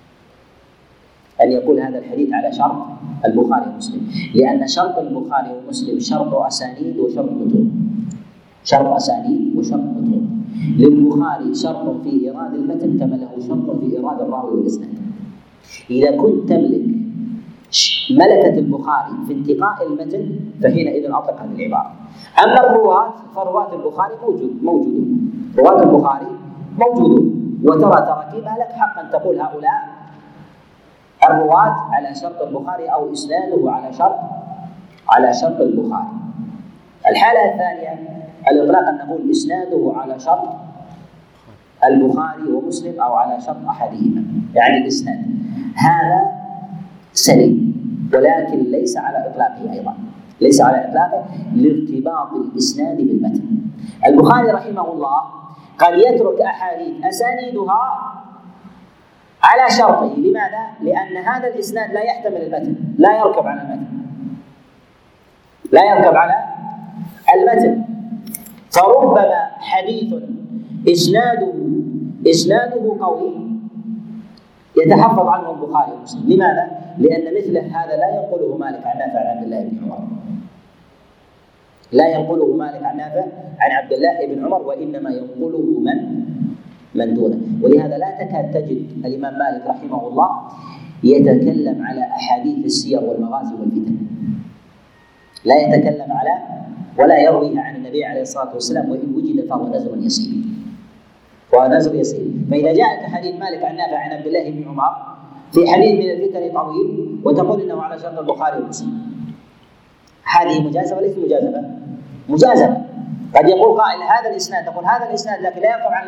أن يقول هذا الحديث على شرط البخاري ومسلم، لأن شرط البخاري ومسلم شرط أسانيد وشرط متون، شرط أسانيد وشرط متون. للبخاري شرط في إيراد المتن كما له شرط في إيراد الراوي والإسناد. إذا كنت تملك ملكة البخاري في انتقاء المتن فحينئذ أطلق هذه العبارة. أما الرواة فرواة البخاري موجودون، رواة البخاري موجودون، وترى تراكيبها لك حق أن تقول هؤلاء الرواة على شرط البخاري أو إسناده على شرط البخاري. الحالة الثانية الإطلاق أن نقول إسناده على شرط البخاري ومسلم أو على شرط أحدهما، يعني الإسناد هذا سليم، ولكن ليس على إطلاقه أيضا، ليس على إطلاقه لارتباط الإسناد بالمتن. البخاري رحمه الله قد يترك أحاديث أسانيدها على شرطه. لماذا؟ لأن هذا الإسناد لا يحتمل المتن، لا يركب على المتن، فربما حديث إسناده قوي يتحفظ عنه البخاري ومسلم. لماذا؟ لأن مثل هذا لا ينقله مالك عن نافع عن عبد الله بن عمر، لا ينقله مالك عن نافع عن عبد الله بن عمر، وإنما ينقله من دونه. ولهذا لا تكاد تجد الإمام مالك رحمه الله يتكلم على أحاديث السير والمغازي والفتن، لا يتكلم على ولا يرويها عن النبي عليه الصلاة والسلام، وإن وجد فهو نزر يسير. فإذا جاءك حديث مالك عن نافع عن عبد الله بن عمر في حديث من الفتن طويل وتقول إنه على شرط البخاري ومسلم، هذه مجازفة وليس مجازفة. قد يقول قائل هذا الإسناد، تقول هذا الإسناد لكن لا يركب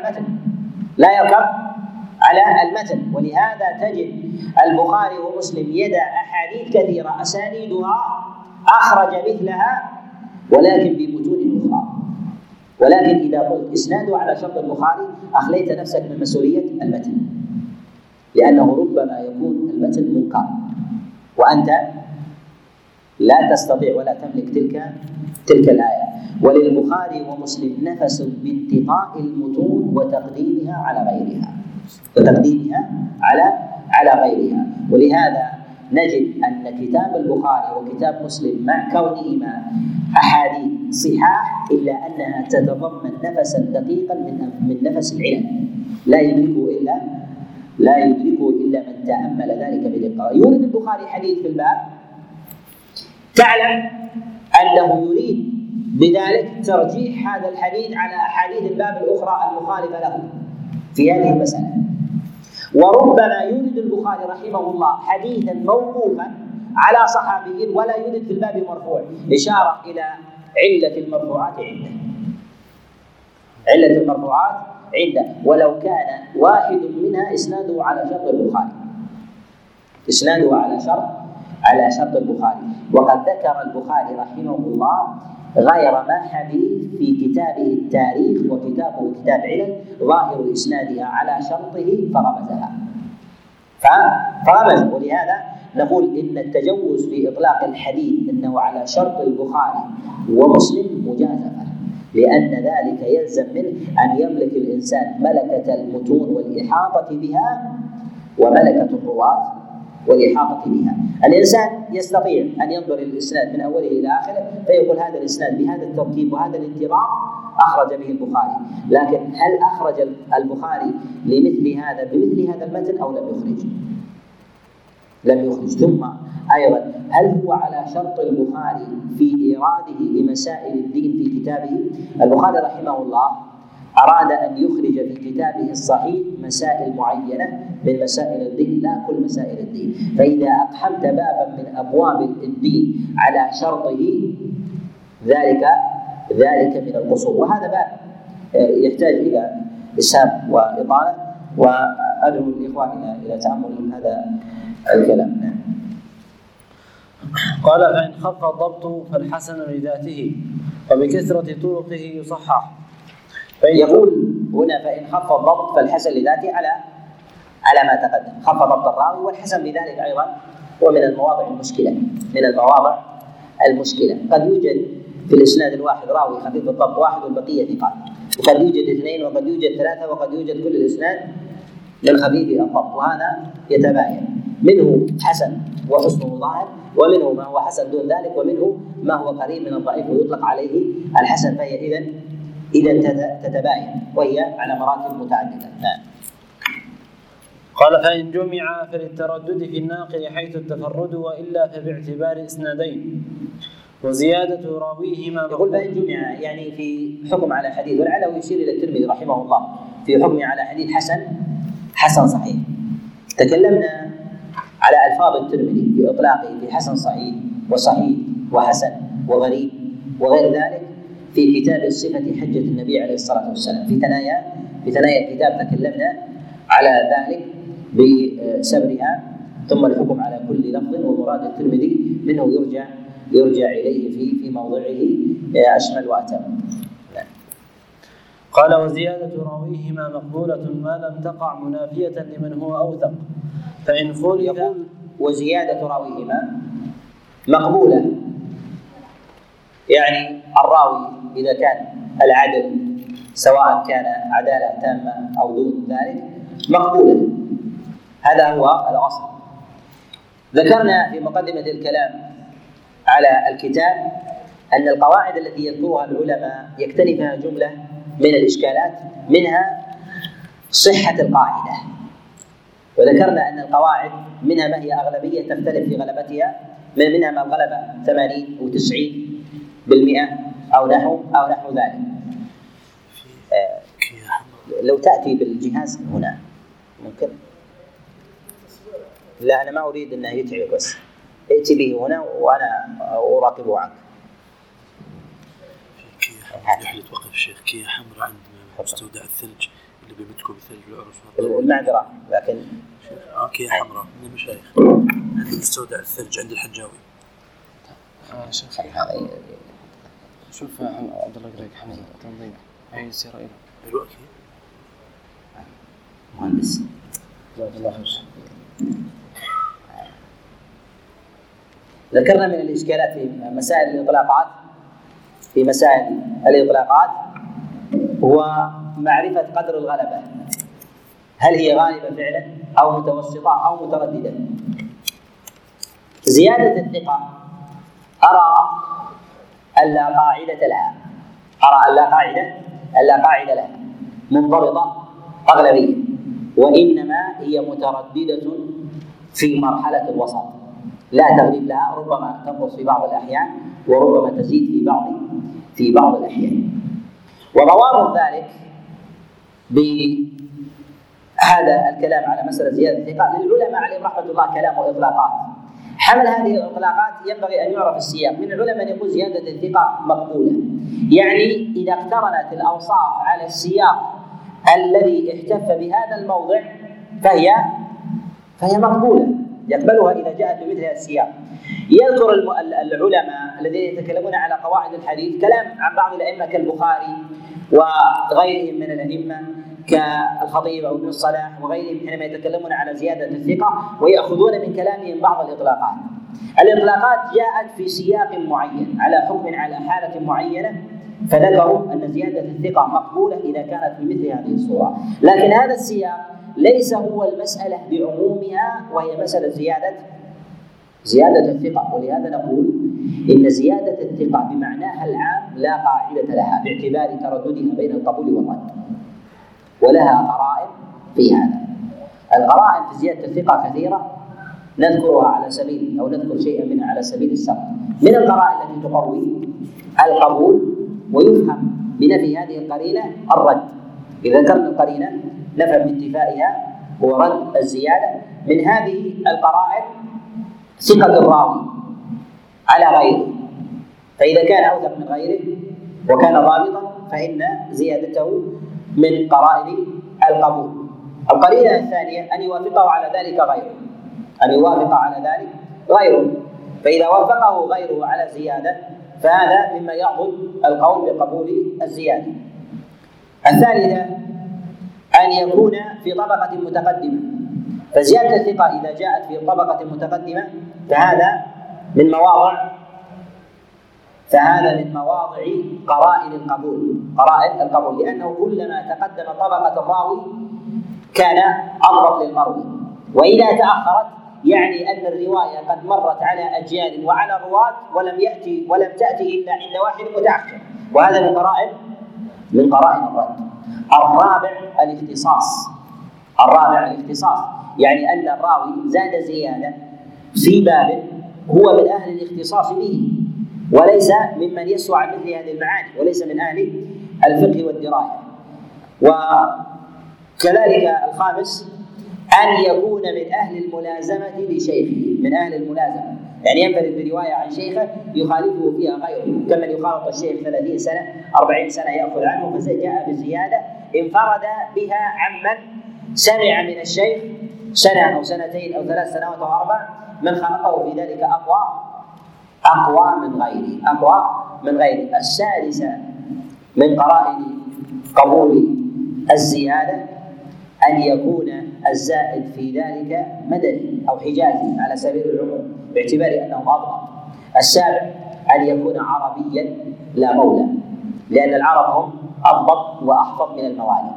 على المتن، ولهذا تجد البخاري ومسلم يدع أحاديث كثيرة أسانيدها أخرج مثلها ولكن بمتون أخرى. ولكن إذا قلت إسناده على شرط البخاري أخليت نفسك من مسؤولية المتن، لأنه ربما يكون المتن منكر وأنت لا تستطيع ولا تملك تلك الآية. وللبخاري ومسلم نفس بانتقاء المتون وتقديمها على غيرها. ولهذا نجد أن كتاب البخاري وكتاب مسلم مع كونهما أحاديث صحاح إلا أنها تتضمن نفسا دقيقا من نفس العلم لا يدركه إلا من تأمل ذلك بدقة. يورد البخاري حديث في الباب تعلم أنه يريد بذلك ترجيح هذا الحديث على أحاديث الباب الأخرى المخالفة له في هذه المسألة. وربما يورد البخاري رحمه الله حديثا موقوفا على صحابي ولا يورد في الباب مرفوع، إشارة إلى علة المرفوعات عنده، ولو كان واحد منها إسناده على شرط البخاري. وقد ذكر البخاري رحمه الله غير ما حديث في كتابه التاريخ وكتابه كتاب علل ظاهر إسنادها على شرطه فرمز. ولهذا نقول إن التجوز في إطلاق الحديث أنه على شرط البخاري ومسلم مجازفة، لأن ذلك يلزم منه أن يملك الإنسان ملكة المتون والإحاطة بها وملكة الرواة والإحاطة بها. الإنسان يستطيع أن ينظر الإسناد من أوله إلى آخره فيقول هذا الإسناد بهذا الترتيب وهذا الانتظام أخرج به البخاري، لكن هل أخرج البخاري بمثل هذا المتن أو لم يخرج؟ ثم أيضا هل هو على شرط البخاري في إيراده لمسائل الدين في كتابه؟ البخاري رحمه الله أراد أن يخرج في كتابه الصحيح مسائل معينة من مسائل الدين، لا كل مسائل الدين. فإذا أقحمت بابا من أبواب الدين على شرطه ذلك من القصور، وهذا باب يحتاج إلى إسهاب وإطالة، وأدعو الإخوان إلى تأمل هذا الكلام. قال فإن خف الضبط فالحسن لذاته، وبكثرة طرقه يصحح. يقول هنا فإن خف الضبط فالحسن لذاته على ما تقدم، خف ضبط الراوي، والحسن بذلك أيضا هو من المواضع المشكلة. قد يوجد في الإسناد الواحد راوي خفيف الضبط واحد والبقية ثقات، وقد يوجد اثنين، وقد يوجد ثلاثة، وقد يوجد كل الإسناد من خفيف الضبط، وهذا يتباين، منه حسن وحسنه ظاهر، ومنه ما هو حسن دون ذلك، ومنه ما هو قريب من الضعيف ويطلق عليه الحسن، فهي إذن تتباين، وهي على مراتب متعددة. قال فإن جمع فللتردد في الناقل حيث التفرد، وإلا فباعتبار إسنادين وزيادة راويهما. يقول فإن جمع يعني في حكم على حديث، ولعله يشير إلى الترمذي رحمه الله في حكم على حديث حسن صحيح. تكلمنا على ألفاظ الترمذي في إطلاقه في حسن صحيح وحسن وغريب وغير ذلك في كتاب صفة حجة النبي عليه الصلاة والسلام. في ثنايا الكتاب تكلمنا على ذلك بسبرها، ثم الحكم على كل لفظ، ومراد الترمذي منه يرجع إليه في موضعه أشمل وأتم. قال وزيادة راويهما مقبولة ما لم تقع منافية لمن هو أوثق، فإن خلف. يقول وزيادة راويهما مقبولة، يعني الراوي إذا كان العدل سواء كان عدالة تامة أو دون ذلك مقبولة، هذا هو الأصل. ذكرنا في مقدمة الكلام على الكتاب أن القواعد التي يذكرها العلماء يكتنفها جملة من الإشكالات، منها صحة القاعدة، وذكرنا أن القواعد منها ما هي أغلبية تختلف في غلبتها، منها ما الغلبة 80 أو 90% أو نحو ذلك. لو تأتي بالجهاز هنا ممكن؟ لا أنا ما أريد أنه يتعب، بس ائتي به هنا وأنا أراقبه عنك. اللي توقف الشيخ كيا حمراء عند مستودع الثلج اللي بيمتكوا بالثلج والعرس، المعذرة لكن كيا حمراء من المشايخ عند مستودع الثلج عند الحجاوي. شوف عبد الله قريق حمد تنظيم أي سير إلى الوقت مهندس جزاك الله خير. ذكرنا من الإشكالات في مسائل الإطلاقات هو معرفة قدر الغلبة، هل هي غالبة فعلا أو متوسطة أو مترددة. زيادة الثقة أرى ألا قاعدة لها منضبطة أغلبية، وإنما هي مترددة في مرحلة الوسط، لا تغلب لها، ربما تنقص في بعض الأحيان وربما تزيد في بعض الأحيان. وضوابط ذلك بهذا الكلام على مسألة زيادة الثقة للعلماء عليهم رحمة الله كلام وإطلاقات. حمل هذه الإطلاقات ينبغي أن يعرف السياق. من العلماء من يقول زيادة الثقة مقبولة، يعني إذا اقترنت الأوصاف على السياق الذي احتف بهذا الموضع فهي مقبولة، يقبلها إذا جاءت بمثل هذا السياق. يذكر العلماء الذين يتكلمون على قواعد الحديث كلام عن بعض الأئمة كالبخاري وغيرهم من الأئمة كالخطيب أو ابن الصلاح وغيرهم حينما يتكلمون على زيادة الثقة ويأخذون من كلامهم بعض الإطلاقات. الإطلاقات جاءت في سياق معين على حكم على حالة معينة، فذكروا أن زيادة الثقة مقبولة إذا كانت بمثل هذه الصورة، لكن هذا السياق ليس هو المسألة بعمومها، وهي مسألة زيادة الثقة. ولهذا نقول إن زيادة الثقة بمعناها العام لا قاعدة لها باعتبار ترددها بين القبول والرد، ولها قرائن في هذا. القرائن في زيادة الثقة كثيرة، نذكرها على سبيل أو نذكر شيئا منها على سبيل السرد. من القرائن التي تقوي القبول ويفهم بنفي هذه القرينة الرد. إذا ذكرنا القرينة نفهم باتفائها هو رد الزيادة. من هذه القرائن ثقة الراوي على غيره، فإذا كان أوثق من غيره وكان ضابطا فإن زيادته من قرائن القبول. القرينة الثانية أن يوافقه على ذلك غيره، فإذا وافقه غيره على زيادة فهذا مما يعضد القول بقبول الزيادة. الثالثة أن يكون في طبقة متقدمة، فزيادة الثقة إذا جاءت في طبقة متقدمة فهذا من مواضع قرائن القبول، لأنه كلما تقدم طبقة الراوي كان أضبط للمروي، وإذا تأخرت يعني أن الرواية قد مرت على أجيال وعلى رواة ولم تأتي إلا عند واحد متأخر، وهذا من قرائن الرد. الرابع الاختصاص، يعني أن الراوي زاد زيادة في باب هو من أهل الاختصاص به، وليس ممن يسوى عن مثل هذه المعاني، وليس من أهل الفقه والدراية. وكذلك الخامس أن يكون من أهل الملازمة لشيخه، يعني ينفرد برواية عن شيخه يخالفه فيها غيره، كمن يخالط الشيخ 30 سنة 40 سنة يأخذ عنه، فجاء بزيادة انفرد بها عمن سمع من الشيخ سنة أو سنتين أو 3 سنوات أو 4، من خلقه في ذلك أقوى من غيره. السادسة من قرائن قبول الزيادة أن يكون الزائد في ذلك مدني أو حجازي على سبيل العموم باعتبار أنه أضبط. السابع أن يكون عربيا لا مولى، لأن العرب هم أضبط وأحفظ من الموالي،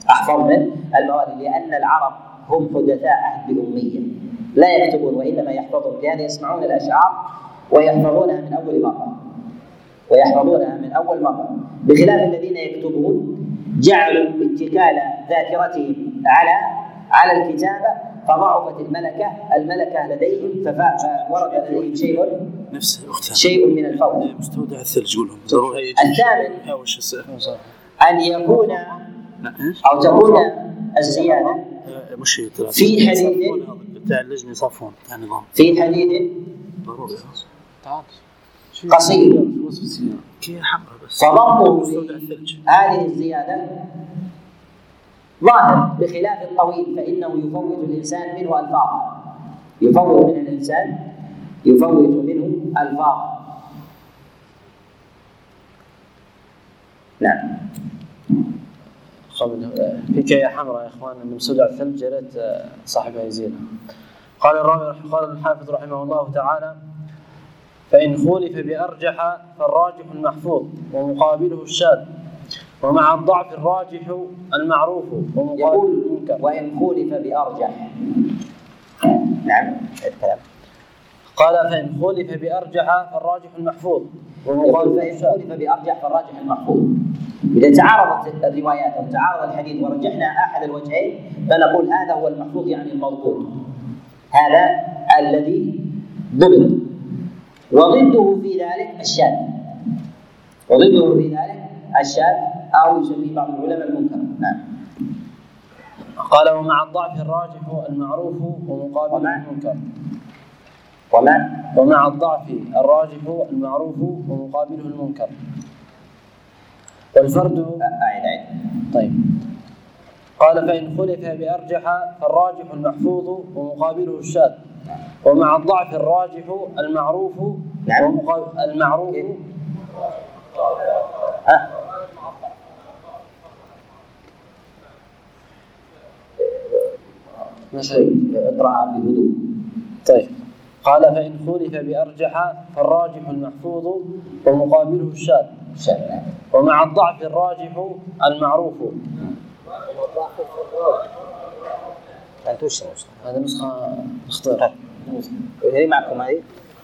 لأن العرب هم حدثاء عهد بأمية، لا يكتبون وإنما يحفظون، لهذا يسمعون الأشعار ويحفظونها من أول مرة، بخلاف الذين يكتبون جعلوا اتكال ذاكرتهم على الكتابة فضعفت الملكة لديهم، فورد لديهم شيء من الفوت. مستودع الثلج يقولون. الثامن أن يكون أو تكون الزيادة في حديث بتاع اللجنة صفون بتاع النظام، في حديث قصير فضبطه هذه الزيادة ظاهر، بخلاف الطويل فإنه يفوت الإنسان منه ألفاظا. نعم. فيك يا حمراء يا إخوان من مستودع الثلج، يا ريت صاحبها يزيلها. قال الحافظ رحمه الله تعالى: فإن خولف بأرجح فالراجح المحفوظ ومقابله الشاذ، ومع الضعف الراجح المعروف ومقابله المنكر. وإن خولف بأرجح، نعم الكلام. قال: فإن خولف بأرجح فالراجح المحفوظ ومقابله فإن خولف بأرجح فالراجح المحفوظ. إذا تعارضت الروايات أو تعارض الحديث ورجحنا أحد الوجهين فنقول هذا هو المحفوظ، يعني المضبوط، هذا الذي ضبط. وضده في ذلك الشاذ، أو يسميه بعض العلماء المنكر. نعم. قال: ومع الضعف الراجح المعروف ومقابله المنكر. ومع الضعف الراجح المعروف ومقابله المنكر. والفرد طيب. قال: فإن خلف بأرجح فالراجح المحفوظ ومقابله الشاذ، ومع الضعف الراجح المعروف المعروف اقرأ بهدوء. طيب. قال: فإن خلف بأرجح فالراجح المحفوظ ومقابله الشاذ، ومع الضعف الراجح المعروف. هذا نسخة اختار. هي معكم هذه؟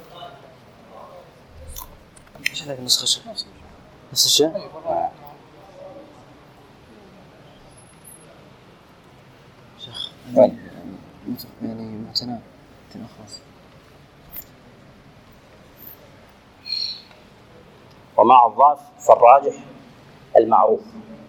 ايش هذه النسخة؟ نفس الشيء؟ شيخ يعني متناول خلاص. ومع الضعف فالراجح المعروف.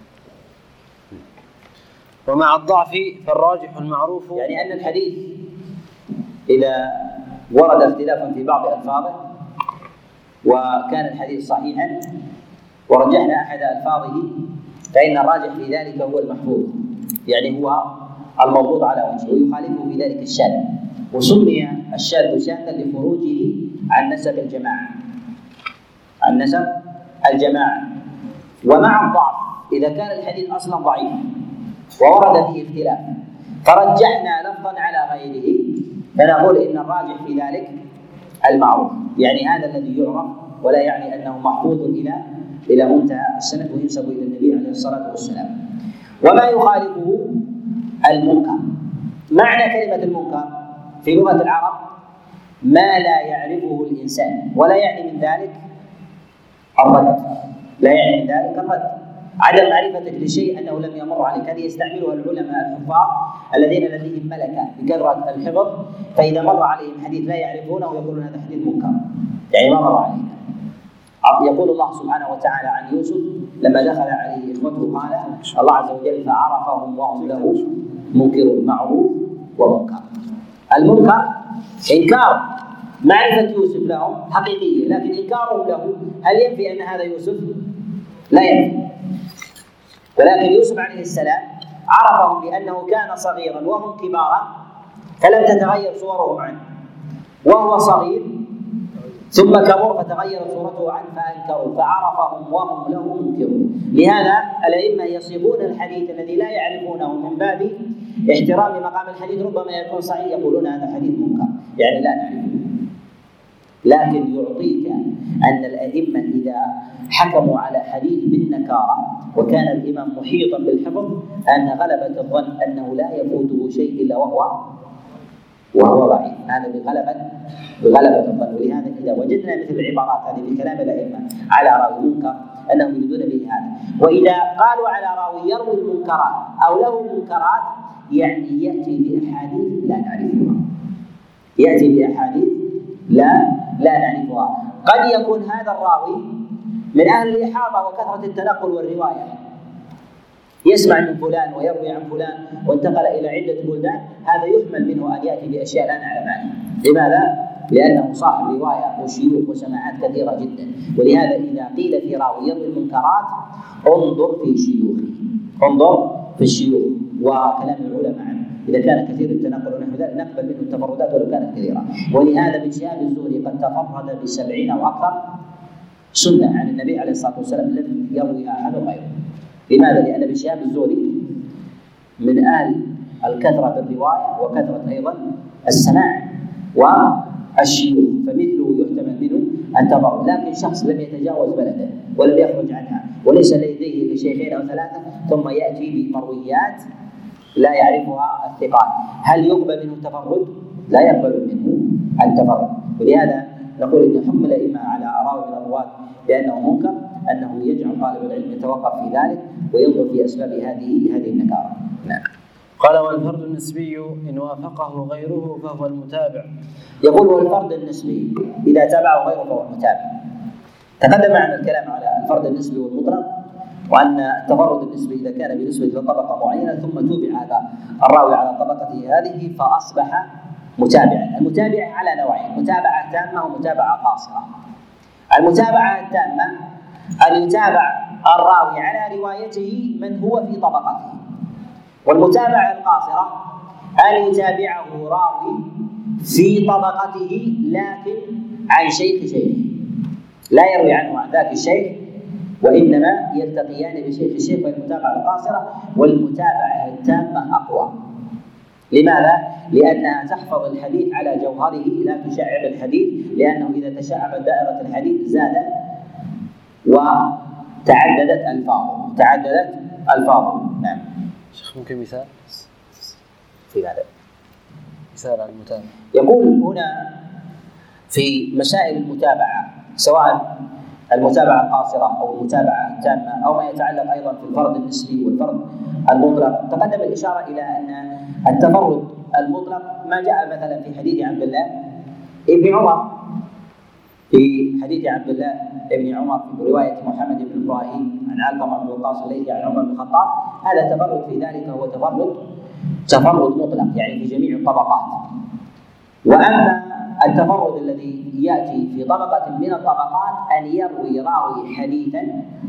ومع الضعف فالراجح المعروف، يعني أن الحديث إذا ورد اختلاف في بعض ألفاظه وكان الحديث صحيحا ورجحنا أحد ألفاظه فإن الراجح في ذلك هو المحفوظ، يعني هو المضبوط على وجهه، ويخالفه في ذلك الشاذ. وسمي الشاذ شاذا لخروجه عن نسق الجماعة، النسب الجماعة. ومع الضعف إذا كان الحديث أصلا ضعيف وورد فيه اختلاف فرجحنا لفظا على غيره فنقول إن الراجح في ذلك المعروف، يعني هذا الذي يعرف ولا يعني أنه محفوظ إلى منتهى السند وينسب إلى النبي عليه الصلاة والسلام. وما يخالفه المنكر. معنى كلمة المنكر في لغة العرب ما لا يعرفه الإنسان، ولا يعني من ذلك الرد، لا يعني من ذلك الرد، عدم معرفتك لشيء أنه لم يمر عليك. هذه يستعملها العلماء الحفاظ الذين لديهم ملكة بكثرة الحفظ، فإذا مر عليهم حديث لا يعرفونه يقولون هذا حديث منكر، يعني ما مر علينا. يقول الله سبحانه وتعالى عن يوسف لما دخل عليه إخوته قال الله عز وجل فعرفهم وهم له منكرون، معروف ومنكر. المنكر إنكار معرفة يوسف لهم حقيقية، لكن إنكارهم له هل ينفي أن هذا يوسف؟ لا ينفي. ولكن يوسف عليه السلام عرفهم بأنه كان صغيرا وهم كبارا فلم تتغير صورهم عنه، وهو صغير ثم كبر فتغيرت صورته عنه فأنكروا فعرفهم وهم له منكرون. لهذا الأئمة يصفون الحديث الذي لا يعرفونه من باب احترام مقام الحديث، ربما يكون صحيح يقولون هذا حديث منكر يعني لا نعرفه. لكن يعطيك أن الأئمة إذا حكموا على حديث بالنكارة وكان الإمام محيطا بالحفظ أن غلبة الظن أنه لا يفوته شيء إلا وهو ضعيف، هذا بغلبة الظن. ولهذا إذا وجدنا مثل العبارات هذه في كلام الأئمة على راوي منكر أنهم يريدون به هذا. وإذا قالوا على راوي يروي المنكرات أو له منكرات يعني يأتي بأحاديث لا نعرفها، يأتي بأحاديث لا نعرفها. قد يكون هذا الراوي من أهل الإحاطة وكثرة التنقل والرواية، يسمع من فلان ويروي عن فلان وانتقل إلى عدة بلدان، هذا يحمل منه أن يأتي بأشياء لا نعلم عنها. لماذا؟ لأنه صاحب رواية وشيوخ وسماعات كثيرة جدا. ولهذا إذا قيل في راوي يروي المنكرات انظر في شيوخه، انظر في الشيوخ وكلام العلماء عنه. إذا كان كثير التنقل ونحو ذلك نقبل منه التفردات ولو كانت كثيرة. ولهذا ابن شهاب الزهري قد تفرد ب70 أو أكثر سنة عن النبي عليه الصلاة والسلام لم يرويها أحد غيره. لماذا؟ لأن ابن شهاب الزهري من أهل الكثرة بالرواية وكثرة أيضا السماع والشيوخ، فمثله يحتمل منه التفرد. لكن شخص لم يتجاوز بلده ولم يخرج عنها وليس لديه لشيخين أو ثلاثة ثم يأتي بمرويات لا يعرفها الثقات، هل يقبل منه التفرد؟ لا يقبل منه التفرد. ولهذا نقول إن حكم الأئمة على راوي من الرواة بأنه منكر أنه يجعل طالب العلم يتوقف في ذلك وينظر في أسباب هذه النكارة. نعم. قال والفرد النسبي إن وافقه غيره فهو المتابع. يقول والفرد النسبي إذا تابعه غيره فهو المتابع. تقدم معنا الكلام على الفرد النسبي والمطلق، وأن التفرد النسبي إذا كان بنسبة لطبقة معينة ثم تابع هذا الراوي على طبقته هذه فأصبح متابعا. المتابع على نوعين: متابعة تامة ومتابعة قاصرة. المتابعة التامة أن يتابع الراوي على روايته من هو في طبقته، والمتابعة القاصرة أن يتابعه راوي في طبقته لكن عن شيخه، لا يروي عنه عن ذاك الشيخ وإنما يلتقيان بشيخ الشيخ. والمتابعة القاصرة والمتابعة التامة أقوى. لماذا؟ لأنها تحفظ الحديث على جوهره لا تشعب الحديث، لأنه إذا تشعبت دائرة الحديث زاد وتعددت ألفاظه. نعم. شيخ ممكن مثال في هذا؟ مثال على المتابعة. يقول هنا في مسائل المتابعة سواء المتابعة القاصرة أو المتابعة التامة أو ما يتعلق أيضا في الفرد النسبي والفرد المطلق، تقدم الإشارة إلى أن التفرد المطلق ما جاء مثلا في حديث عبد الله ابن عمر، في حديث عبد الله ابن عمر في رواية محمد بن إبراهيم عن علقمة بن وقاص الليثي عن عمر بن الخطاب، هذا تفرد في ذلك هو تفرد مطلق يعني في جميع الطبقات. وأما التفرد الذي يأتي في طبقة من الطبقات أن يروي راوي حديثا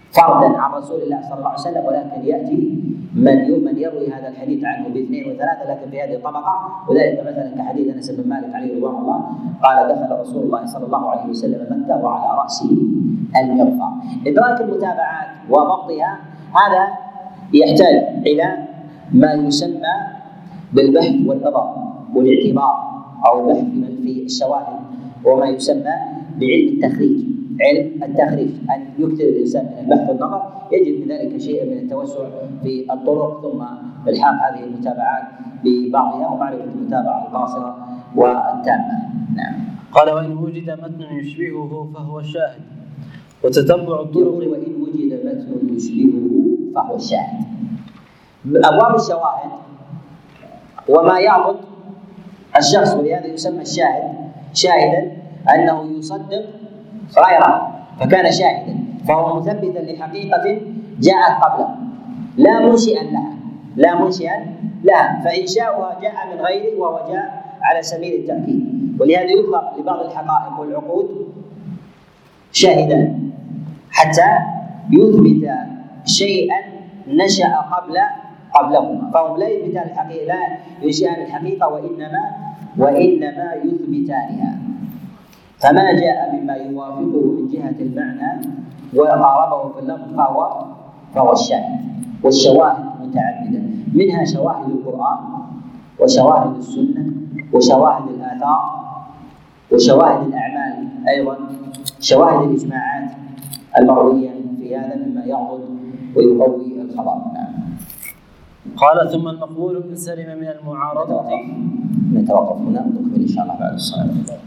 فردا عن رسول الله صلى الله عليه وسلم، ولكن ياتي من يروي هذا الحديث عنه باثنين وثلاثه لكن في هذه الطبقه. وذلك مثلا كحديث انس بن مالك عليه رضوان الله قال دخل رسول الله صلى الله عليه وسلم مكه وعلى راسه المغفر. ادراك المتابعات وضبطها هذا يحتاج الى ما يسمى بالبحث والنظر والاعتبار او البحث في الشواهد، وما يسمى بعلم التخريج. علم التخريج ان يكثر الانسان من البحث والنظر، يجد من ذلك شيئا من التوسع في الطرق، ثم الحاق هذه المتابعات ببعضها ومعرفه المتابعه القاصره والتامه. نعم. قال: وإن وجد متن يشبهه فهو الشاهد، وتتبع الطرق. وإن وجد متن يشبهه فهو الشاهد. أبواب الشواهد وما يعضد الشخص، ولهذا يسمى الشاهد شاهدا أنه يصدق غيره فكان شاهدا، فهو مثبتا لحقيقة جاءت قبله لا منشئا لها، فإنشاؤها جاء من غيره وهو جاء على سبيل التأكيد. ولهذا يطلق لبعض الحقائق والعقود شاهدا حتى يثبت شيئا نشأ قبلهما، فهم لا يثبتان الحقيقة، لا ينشئان الحقيقة وإنما يثبتانها. فما جاء بما يوافقه من جهة المعنى وقاربه في اللفظ فهو الشاهد. والشواهد متعددة، منها شواهد القرآن وشواهد السنة وشواهد الآثار وشواهد الأعمال، أيضا شواهد الإجماعات المروية في هذا مما يعضد ويقوي الخبر. قال: ثم المقبول إن سلم من المعارضة. نتوقف هنا ونكمل إن شاء الله بعد الصلاة.